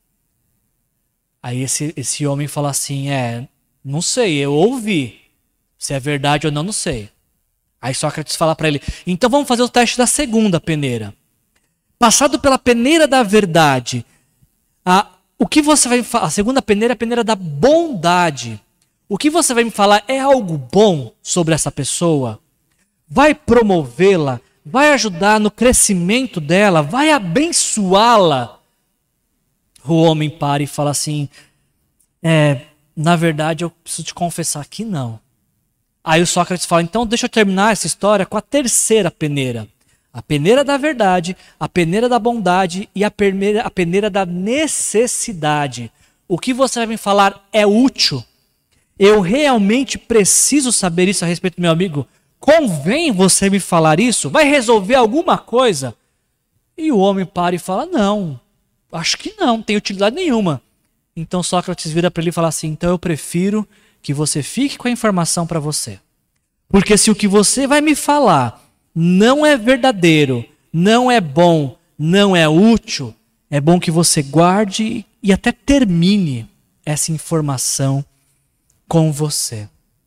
Aí esse, esse homem fala assim: é, não sei, eu ouvi. Se é verdade ou não, não sei. Aí Sócrates fala para ele: então vamos fazer o teste da segunda peneira. Passado pela peneira da verdade, a, o que você vai a segunda peneira é a peneira da bondade. O que você vai me falar é algo bom sobre essa pessoa? Vai promovê-la? Vai ajudar no crescimento dela? Vai abençoá-la? O homem para e fala assim: é, na verdade eu preciso te confessar que não. Aí o Sócrates fala: então deixa eu terminar essa história com a terceira peneira. A peneira da verdade, a peneira da bondade e a peneira, a peneira da necessidade. O que você vai me falar é útil? Eu realmente preciso saber isso a respeito do meu amigo? Convém você me falar isso? Vai resolver alguma coisa? E o homem para e fala, não, acho que não, não tem utilidade nenhuma. Então Sócrates vira para ele e fala assim, então eu prefiro que você fique com a informação para você. Porque se o que você vai me falar não é verdadeiro, não é bom, não é útil, é bom que você guarde e até termine essa informação com você.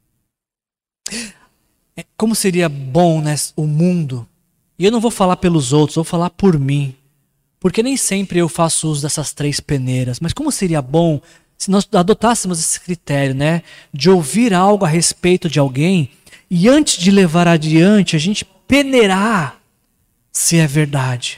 Como seria bom, né, o mundo, e eu não vou falar pelos outros, vou falar por mim, porque nem sempre eu faço uso dessas três peneiras, mas como seria bom se nós adotássemos esse critério, né, de ouvir algo a respeito de alguém e antes de levar adiante, a gente peneirar se é verdade.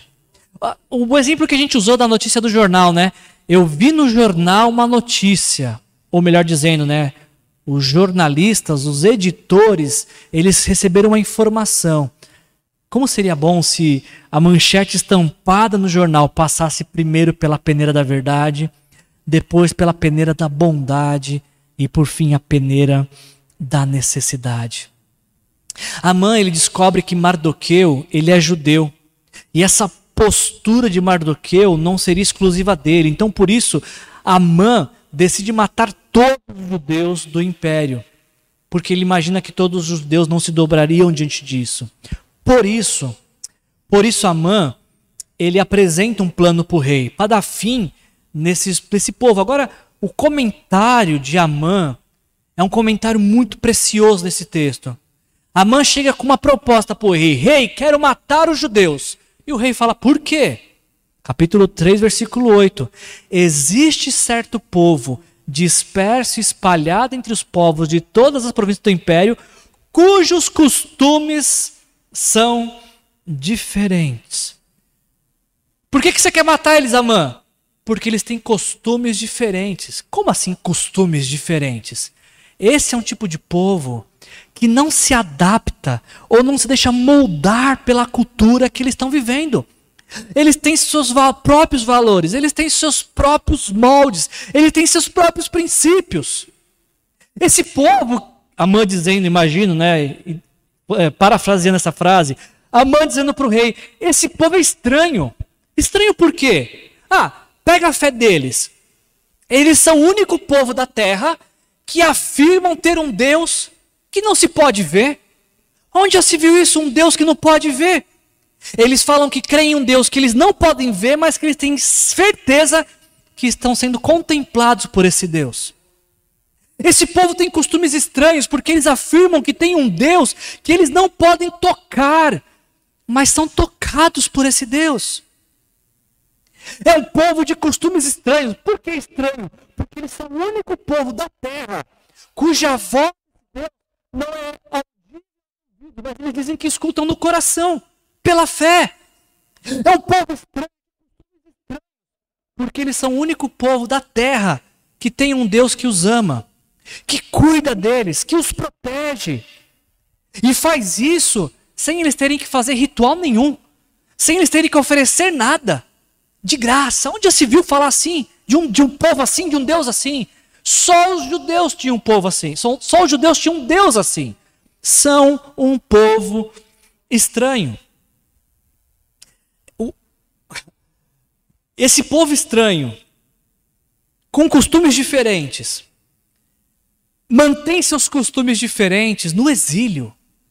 O exemplo que a gente usou da notícia do jornal, né? Eu vi no jornal uma notícia, ou melhor dizendo, né? Os jornalistas, os editores, eles receberam uma informação. Como seria bom se a manchete estampada no jornal passasse primeiro pela peneira da verdade, depois pela peneira da bondade e por fim a peneira da necessidade. Amã, ele descobre que Mardoqueu, ele é judeu. E essa postura de Mardoqueu não seria exclusiva dele. Então, por isso, Amã decide matar todos os judeus do império. Porque ele imagina que todos os judeus não se dobrariam diante disso. Por isso, por isso Amã, ele apresenta um plano para o rei, para dar fim nesse, nesse povo. Agora, o comentário de Amã é um comentário muito precioso nesse texto. Amã chega com uma proposta para o rei. Rei, quero matar os judeus. E o rei fala, por quê? Capítulo três, versículo oito. Existe certo povo disperso e espalhado entre os povos de todas as províncias do império, cujos costumes são diferentes. Por que, que você quer matar eles, Amã? Porque eles têm costumes diferentes. Como assim costumes diferentes? Esse é um tipo de povo que não se adapta ou não se deixa moldar pela cultura que eles estão vivendo. Eles têm seus va- próprios valores, eles têm seus próprios moldes, eles têm seus próprios princípios. Esse povo, Amã dizendo, imagino, né, é, parafraseando essa frase, Amã dizendo para o rei, esse povo é estranho. Estranho por quê? Ah, pega a fé deles. Eles são o único povo da terra que afirmam ter um Deus que não se pode ver. Onde já se viu isso? Um Deus que não pode ver. Eles falam que creem em um Deus que eles não podem ver, mas que eles têm certeza que estão sendo contemplados por esse Deus. Esse povo tem costumes estranhos, porque eles afirmam que tem um Deus que eles não podem tocar, mas são tocados por esse Deus. É um povo de costumes estranhos. Por que estranho? Porque eles são o único povo da terra cuja voz não é audível, mas eles dizem que escutam no coração, pela fé. É um povo estranho, porque eles são o único povo da terra que tem um Deus que os ama, que cuida deles, que os protege. E faz isso sem eles terem que fazer ritual nenhum, sem eles terem que oferecer nada, de graça. Onde já se viu falar assim, de um, de um povo assim, de um Deus assim? Só os judeus tinham um povo assim. Só, só os judeus tinham um Deus assim. São um povo estranho. O, esse povo estranho, com costumes diferentes, mantém seus costumes diferentes no exílio.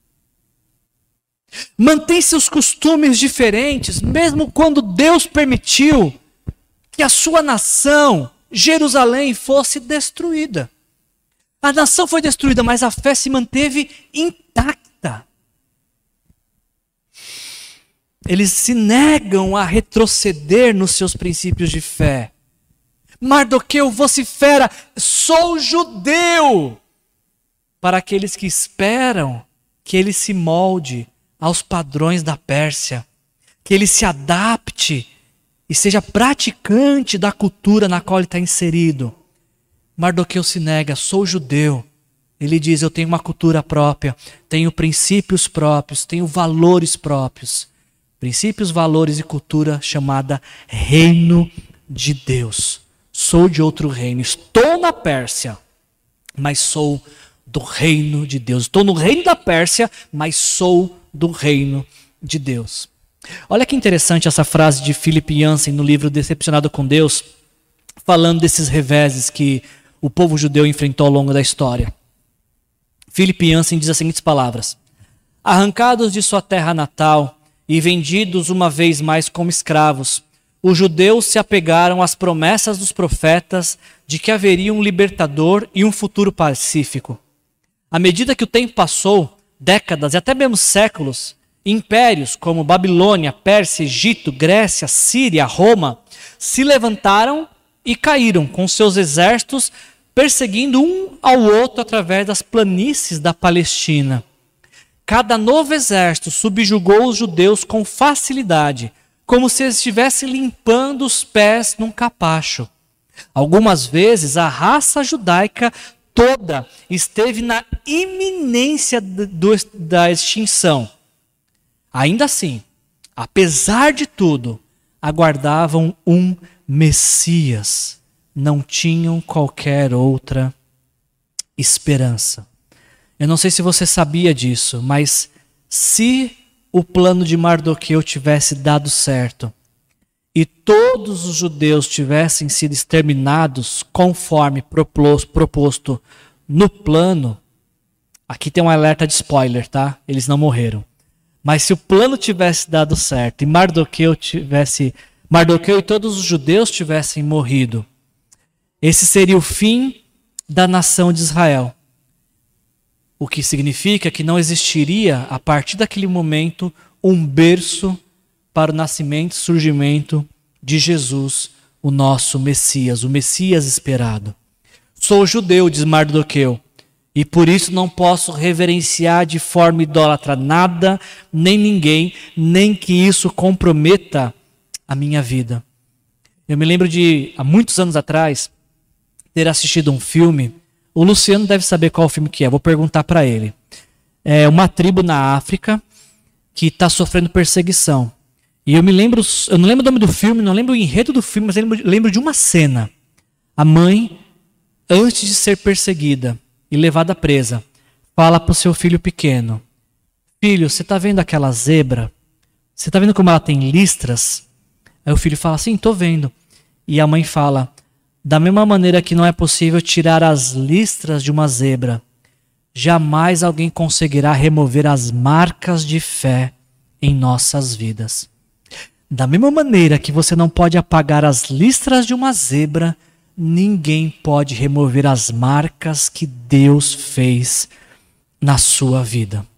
Mantém seus costumes diferentes, mesmo quando Deus permitiu que a sua nação, Jerusalém, fosse destruída. A nação foi destruída, mas a fé se manteve intacta. Eles se negam a retroceder nos seus princípios de fé. Mardoqueu vocifera, sou judeu, para aqueles que esperam que ele se molde aos padrões da Pérsia, que ele se adapte e seja praticante da cultura na qual ele está inserido. Mardoqueu se nega, sou judeu. Ele diz, eu tenho uma cultura própria, tenho princípios próprios, tenho valores próprios. Princípios, valores e cultura chamada reino de Deus. sou de outro reino. Estou na Pérsia, mas sou do reino de Deus. Estou no reino da Pérsia, mas sou do reino de Deus. Olha que interessante essa frase de Philip Yancey no livro Decepcionado com Deus, falando desses reveses que o povo judeu enfrentou ao longo da história. Philip Yancey diz as seguintes palavras: arrancados de sua terra natal e vendidos uma vez mais como escravos, os judeus se apegaram às promessas dos profetas de que haveria um libertador e um futuro pacífico. À medida que o tempo passou, décadas e até mesmo séculos, impérios como Babilônia, Pérsia, Egito, Grécia, Síria, Roma se levantaram e caíram com seus exércitos, perseguindo um ao outro através das planícies da Palestina. Cada novo exército subjugou os judeus com facilidade, como se estivesse limpando os pés num capacho. Algumas vezes a raça judaica toda esteve na iminência do, da extinção. Ainda assim, apesar de tudo, aguardavam um Messias. Não tinham qualquer outra esperança. Eu não sei se você sabia disso, mas se o plano de Mardoqueu tivesse dado certo e todos os judeus tivessem sido exterminados conforme proposto no plano, aqui tem um alerta de spoiler, tá? Eles não morreram. Mas se o plano tivesse dado certo e Mardoqueu tivesse, Mardoqueu e todos os judeus tivessem morrido, esse seria o fim da nação de Israel. O que significa que não existiria, a partir daquele momento, um berço para o nascimento e surgimento de Jesus, o nosso Messias, o Messias esperado. Sou judeu, diz Mardoqueu, e por isso não posso reverenciar de forma idólatra nada, nem ninguém, nem que isso comprometa a minha vida. Eu me lembro de, há muitos anos atrás, ter assistido um filme. O Luciano deve saber qual filme que é, vou perguntar para ele. É uma tribo na África que está sofrendo perseguição. E eu me lembro, eu não lembro o nome do filme, não lembro o enredo do filme, mas eu lembro, lembro de uma cena. A mãe, antes de ser perseguida e levada presa, fala para o seu filho pequeno: filho, você está vendo aquela zebra? Você está vendo como ela tem listras? Aí o filho fala: sim, estou vendo. E a mãe fala: da mesma maneira que não é possível tirar as listras de uma zebra, jamais alguém conseguirá remover as marcas de fé em nossas vidas. Da mesma maneira que você não pode apagar as listras de uma zebra, ninguém pode remover as marcas que Deus fez na sua vida.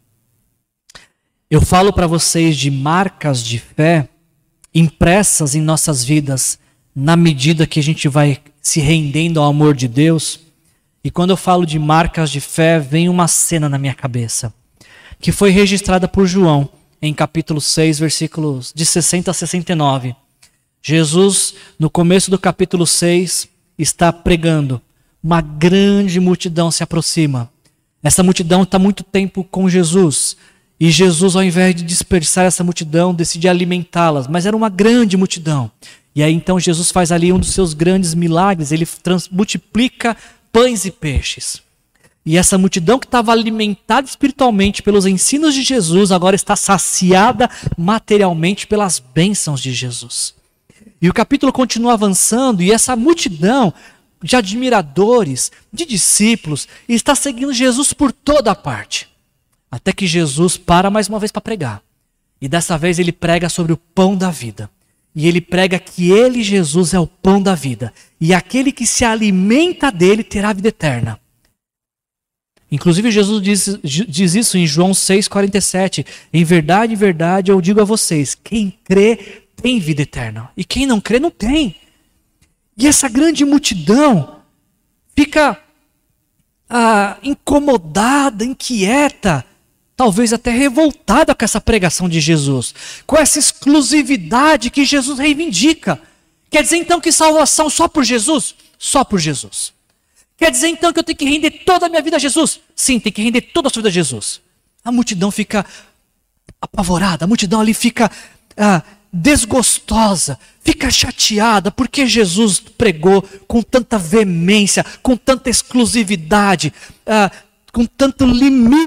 Eu falo para vocês de marcas de fé impressas em nossas vidas na medida que a gente vai se rendendo ao amor de Deus. E quando eu falo de marcas de fé, vem uma cena na minha cabeça, que foi registrada por João, em capítulo seis, versículos de sessenta a sessenta e nove. Jesus, no começo do capítulo seis, está pregando. Uma grande multidão se aproxima. Essa multidão está muito tempo com Jesus. E Jesus, ao invés de dispersar essa multidão, decide alimentá-las. Mas era uma grande multidão. E aí então Jesus faz ali um dos seus grandes milagres. Ele trans- multiplica pães e peixes. E essa multidão que estava alimentada espiritualmente pelos ensinos de Jesus, agora está saciada materialmente pelas bênçãos de Jesus. E o capítulo continua avançando, e essa multidão de admiradores, de discípulos, está seguindo Jesus por toda a parte. Até que Jesus para mais uma vez para pregar. E dessa vez ele prega sobre o pão da vida. E ele prega que ele, Jesus, é o pão da vida. E aquele que se alimenta dele terá vida eterna. Inclusive Jesus diz, diz isso em João seis, quarenta e sete. Em verdade, em verdade, eu digo a vocês, quem crê tem vida eterna. E quem não crê, não tem. E essa grande multidão fica ah, incomodada, inquieta, talvez até revoltada com essa pregação de Jesus, com essa exclusividade que Jesus reivindica. Quer dizer então que salvação só por Jesus? Só por Jesus. Quer dizer então que eu tenho que render toda a minha vida a Jesus? Sim, tem que render toda a sua vida a Jesus. A multidão fica apavorada, a multidão ali fica ah, desgostosa, fica chateada porque Jesus pregou com tanta veemência, com tanta exclusividade, ah, com tanto limite.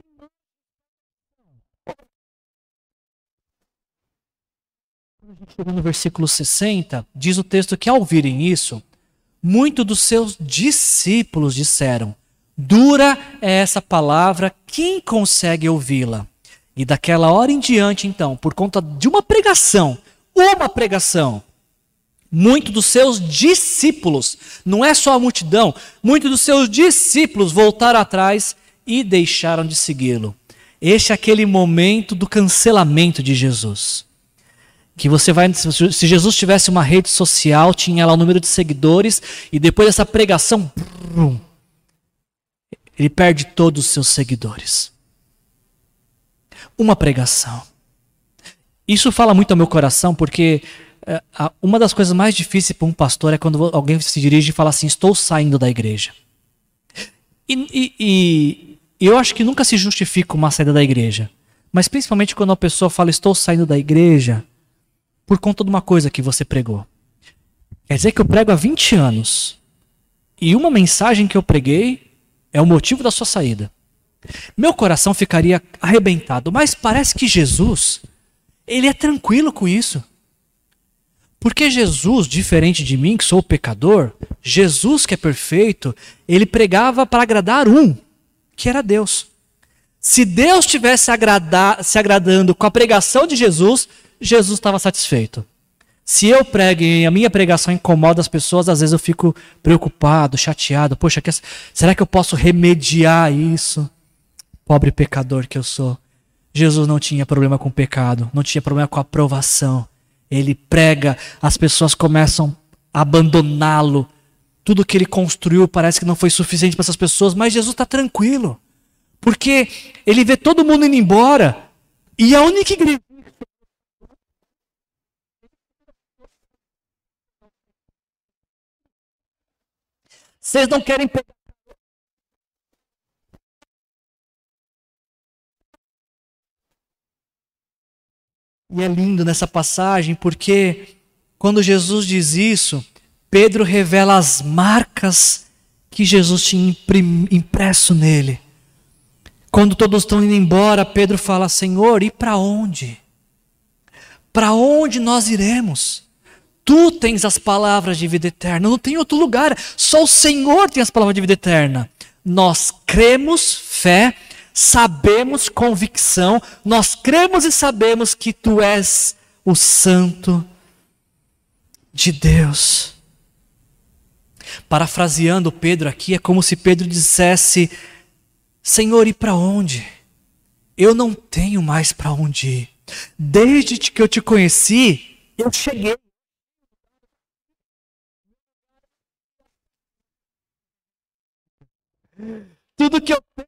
No versículo sessenta, diz o texto que ao ouvirem isso, muitos dos seus discípulos disseram: dura é essa palavra, quem consegue ouvi-la? E daquela hora em diante, então, por conta de uma pregação, uma pregação, muitos dos seus discípulos, não é só a multidão, muitos dos seus discípulos voltaram atrás e deixaram de segui-lo. Este é aquele momento do cancelamento de Jesus. Que você vai, se Jesus tivesse uma rede social, tinha lá o número de seguidores, e depois dessa pregação, brum, ele perde todos os seus seguidores. Uma pregação. Isso fala muito ao meu coração, porque é, uma das coisas mais difíceis para um pastor é quando alguém se dirige e fala assim: estou saindo da igreja. E, e, e, e eu acho que nunca se justifica uma saída da igreja. Mas principalmente quando a pessoa fala: estou saindo da igreja por conta de uma coisa que você pregou. Quer dizer que eu prego há vinte anos. E uma mensagem que eu preguei é o motivo da sua saída. Meu coração ficaria arrebentado, mas parece que Jesus, ele é tranquilo com isso. Porque Jesus, diferente de mim, que sou pecador, Jesus, que é perfeito, ele pregava para agradar um, que era Deus. Se Deus estivesse agradar, se agradando com a pregação de Jesus, Jesus estava satisfeito. Se eu prego e a minha pregação incomoda as pessoas, às vezes eu fico preocupado, chateado. Poxa, que, será que eu posso remediar isso? Pobre pecador que eu sou. Jesus não tinha problema com o pecado, não tinha problema com a aprovação. Ele prega, as pessoas começam a abandoná-lo. Tudo que ele construiu parece que não foi suficiente para essas pessoas, mas Jesus está tranquilo. Porque ele vê todo mundo indo embora e a única igreja... Vocês não querem pegar. E é lindo nessa passagem, porque quando Jesus diz isso, Pedro revela as marcas que Jesus tinha impresso nele. Quando todos estão indo embora, Pedro fala: Senhor, e para onde? Para onde nós iremos? Tu tens as palavras de vida eterna, não tem outro lugar, só o Senhor tem as palavras de vida eterna. Nós cremos, fé, sabemos, convicção, nós cremos e sabemos que Tu és o Santo de Deus. Parafraseando Pedro aqui, é como se Pedro dissesse: Senhor, e para onde? Eu não tenho mais para onde ir. Desde que eu te conheci, eu cheguei. Tudo que eu tenho.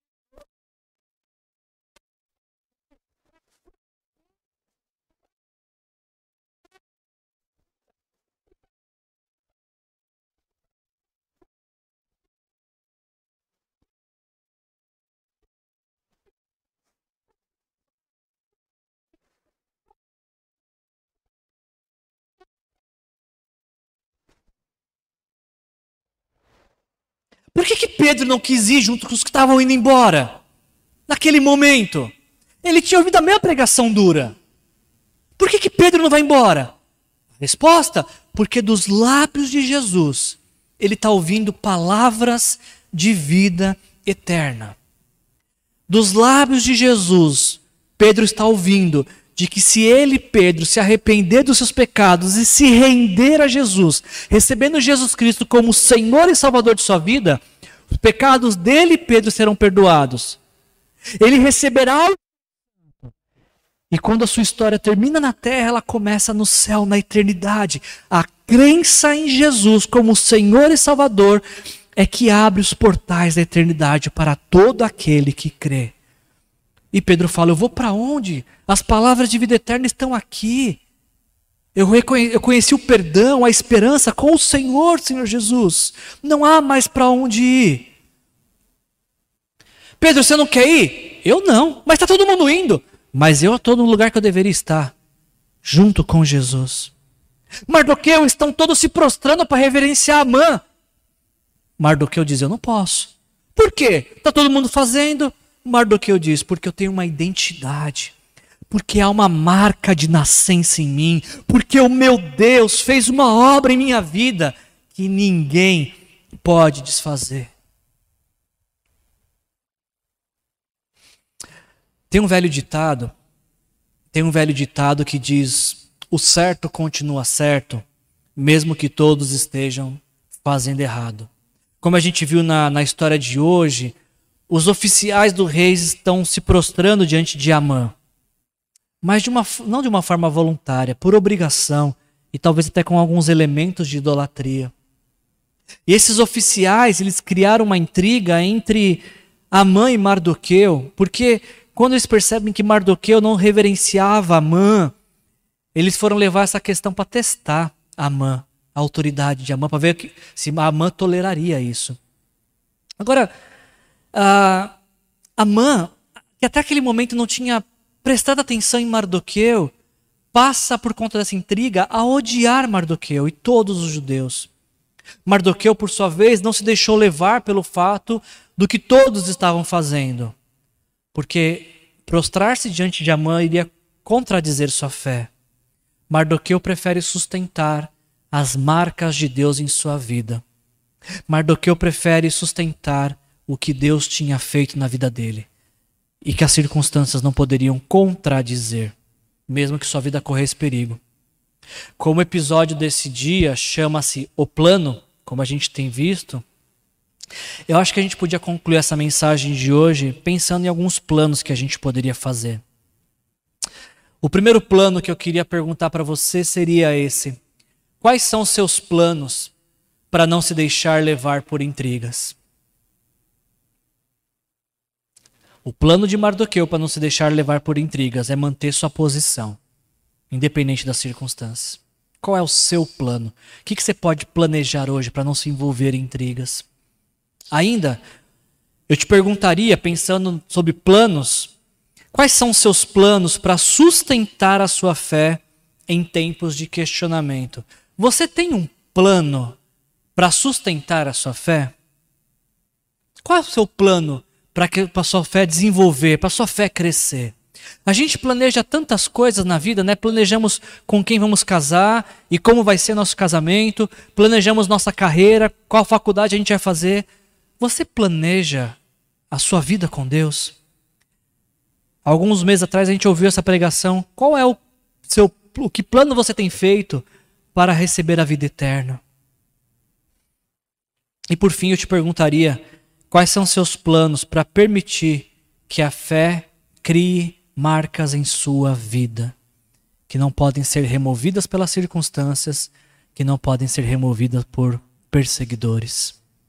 Por que que Pedro não quis ir junto com os que estavam indo embora? Naquele momento. Ele tinha ouvido a mesma pregação dura. Por que que Pedro não vai embora? Resposta: porque dos lábios de Jesus, ele está ouvindo palavras de vida eterna. Dos lábios de Jesus, Pedro está ouvindo de que se ele, Pedro, se arrepender dos seus pecados e se render a Jesus, recebendo Jesus Cristo como Senhor e Salvador de sua vida, os pecados dele, Pedro, serão perdoados. Ele receberá o... E quando a sua história termina na terra, ela começa no céu, na eternidade. A crença em Jesus como Senhor e Salvador é que abre os portais da eternidade para todo aquele que crê. E Pedro fala: eu vou para onde? As palavras de vida eterna estão aqui. Eu, reconheci, eu conheci o perdão, a esperança com o Senhor, Senhor Jesus. Não há mais para onde ir. Pedro, você não quer ir? Eu não, mas está todo mundo indo. Mas eu estou no lugar que eu deveria estar. junto com Jesus. Mardoqueu, estão todos se prostrando para reverenciar Amã. Mardoqueu diz, eu não posso. Por quê? Está todo mundo fazendo. Mardoqueu diz, porque eu tenho uma identidade. Porque há uma marca de nascença em mim. Porque o meu Deus fez uma obra em minha vida que ninguém pode desfazer. Tem um velho ditado, tem um velho ditado que diz, o certo continua certo, mesmo que todos estejam fazendo errado. Como a gente viu na, na história de hoje, os oficiais do rei estão se prostrando diante de Amã. Mas de uma, não de uma forma voluntária, por obrigação, e talvez até com alguns elementos de idolatria. E esses oficiais, eles criaram uma intriga entre Amã e Mardoqueu, porque quando eles percebem que Mardoqueu não reverenciava Amã, eles foram levar essa questão para testar Amã, a autoridade de Amã, para ver que, se Amã toleraria isso. Agora, uh, Amã, que até aquele momento não tinha prestado atenção em Mardoqueu, passa por conta dessa intriga a odiar Mardoqueu e todos os judeus. Mardoqueu, por sua vez, não se deixou levar pelo fato do que todos estavam fazendo, porque prostrar-se diante de Amã iria contradizer sua fé. Mardoqueu prefere sustentar as marcas de Deus em sua vida. Mardoqueu prefere sustentar o que Deus tinha feito na vida dele e que as circunstâncias não poderiam contradizer, mesmo que sua vida corresse perigo. Como o episódio desse dia chama-se O Plano, como a gente tem visto, eu acho que a gente podia concluir essa mensagem de hoje pensando em alguns planos que a gente poderia fazer. O primeiro plano que eu queria perguntar para você seria esse: quais são os seus planos para não se deixar levar por intrigas? O plano de Mardoqueu para não se deixar levar por intrigas é manter sua posição, independente das circunstâncias. Qual é o seu plano? O que você pode planejar hoje para não se envolver em intrigas? Ainda, eu te perguntaria, pensando sobre planos, quais são os seus planos para sustentar a sua fé em tempos de questionamento? Você tem um plano para sustentar a sua fé? Qual é o seu plano para a sua fé desenvolver, para a sua fé crescer? A gente planeja tantas coisas na vida, né? Planejamos com quem vamos casar e como vai ser nosso casamento, planejamos nossa carreira, qual faculdade a gente vai fazer. Você planeja a sua vida com Deus? Alguns meses atrás a gente ouviu essa pregação. Qual é o seu, o que plano você tem feito para receber a vida eterna? E por fim eu te perguntaria, quais são seus planos para permitir que a fé crie marcas em sua vida, que não podem ser removidas pelas circunstâncias, que não podem ser removidas por perseguidores?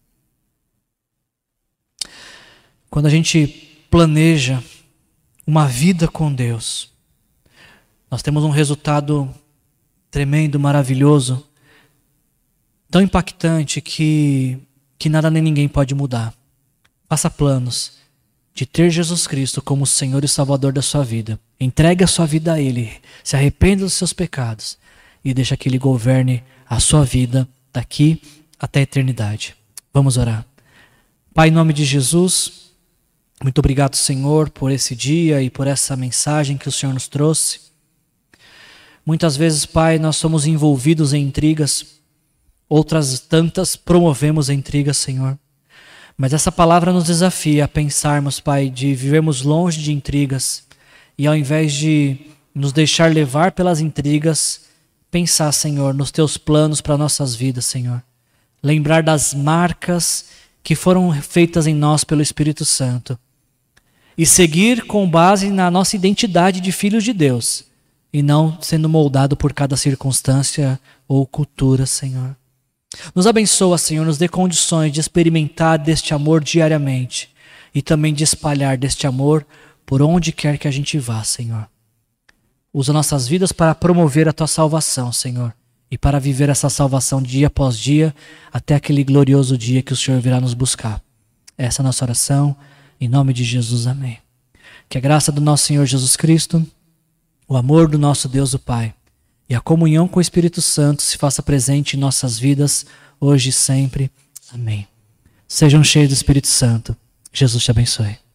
Quando a gente planeja uma vida com Deus, nós temos um resultado tremendo, maravilhoso, tão impactante que, que nada nem ninguém pode mudar. Faça planos de ter Jesus Cristo como o Senhor e Salvador da sua vida. Entregue a sua vida a Ele, se arrependa dos seus pecados e deixa que Ele governe a sua vida daqui até a eternidade. Vamos orar. Pai, em nome de Jesus, muito obrigado, Senhor, por esse dia e por essa mensagem que o Senhor nos trouxe. Muitas vezes, Pai, nós somos envolvidos em intrigas, outras tantas promovemos intrigas, Senhor. Mas essa palavra nos desafia a pensarmos, Pai, de vivermos longe de intrigas e ao invés de nos deixar levar pelas intrigas, pensar, Senhor, nos Teus planos para nossas vidas, Senhor. Lembrar das marcas que foram feitas em nós pelo Espírito Santo e seguir com base na nossa identidade de filhos de Deus e não sendo moldado por cada circunstância ou cultura, Senhor. Nos abençoa, Senhor, nos dê condições de experimentar deste amor diariamente e também de espalhar deste amor por onde quer que a gente vá, Senhor. Usa nossas vidas para promover a Tua salvação, Senhor, e para viver essa salvação dia após dia até aquele glorioso dia que o Senhor virá nos buscar. Essa é a nossa oração, em nome de Jesus, amém. Que a graça do nosso Senhor Jesus Cristo, o amor do nosso Deus o Pai e a comunhão com o Espírito Santo se faça presente em nossas vidas, hoje e sempre. Amém. Sejam cheios do Espírito Santo. Jesus te abençoe.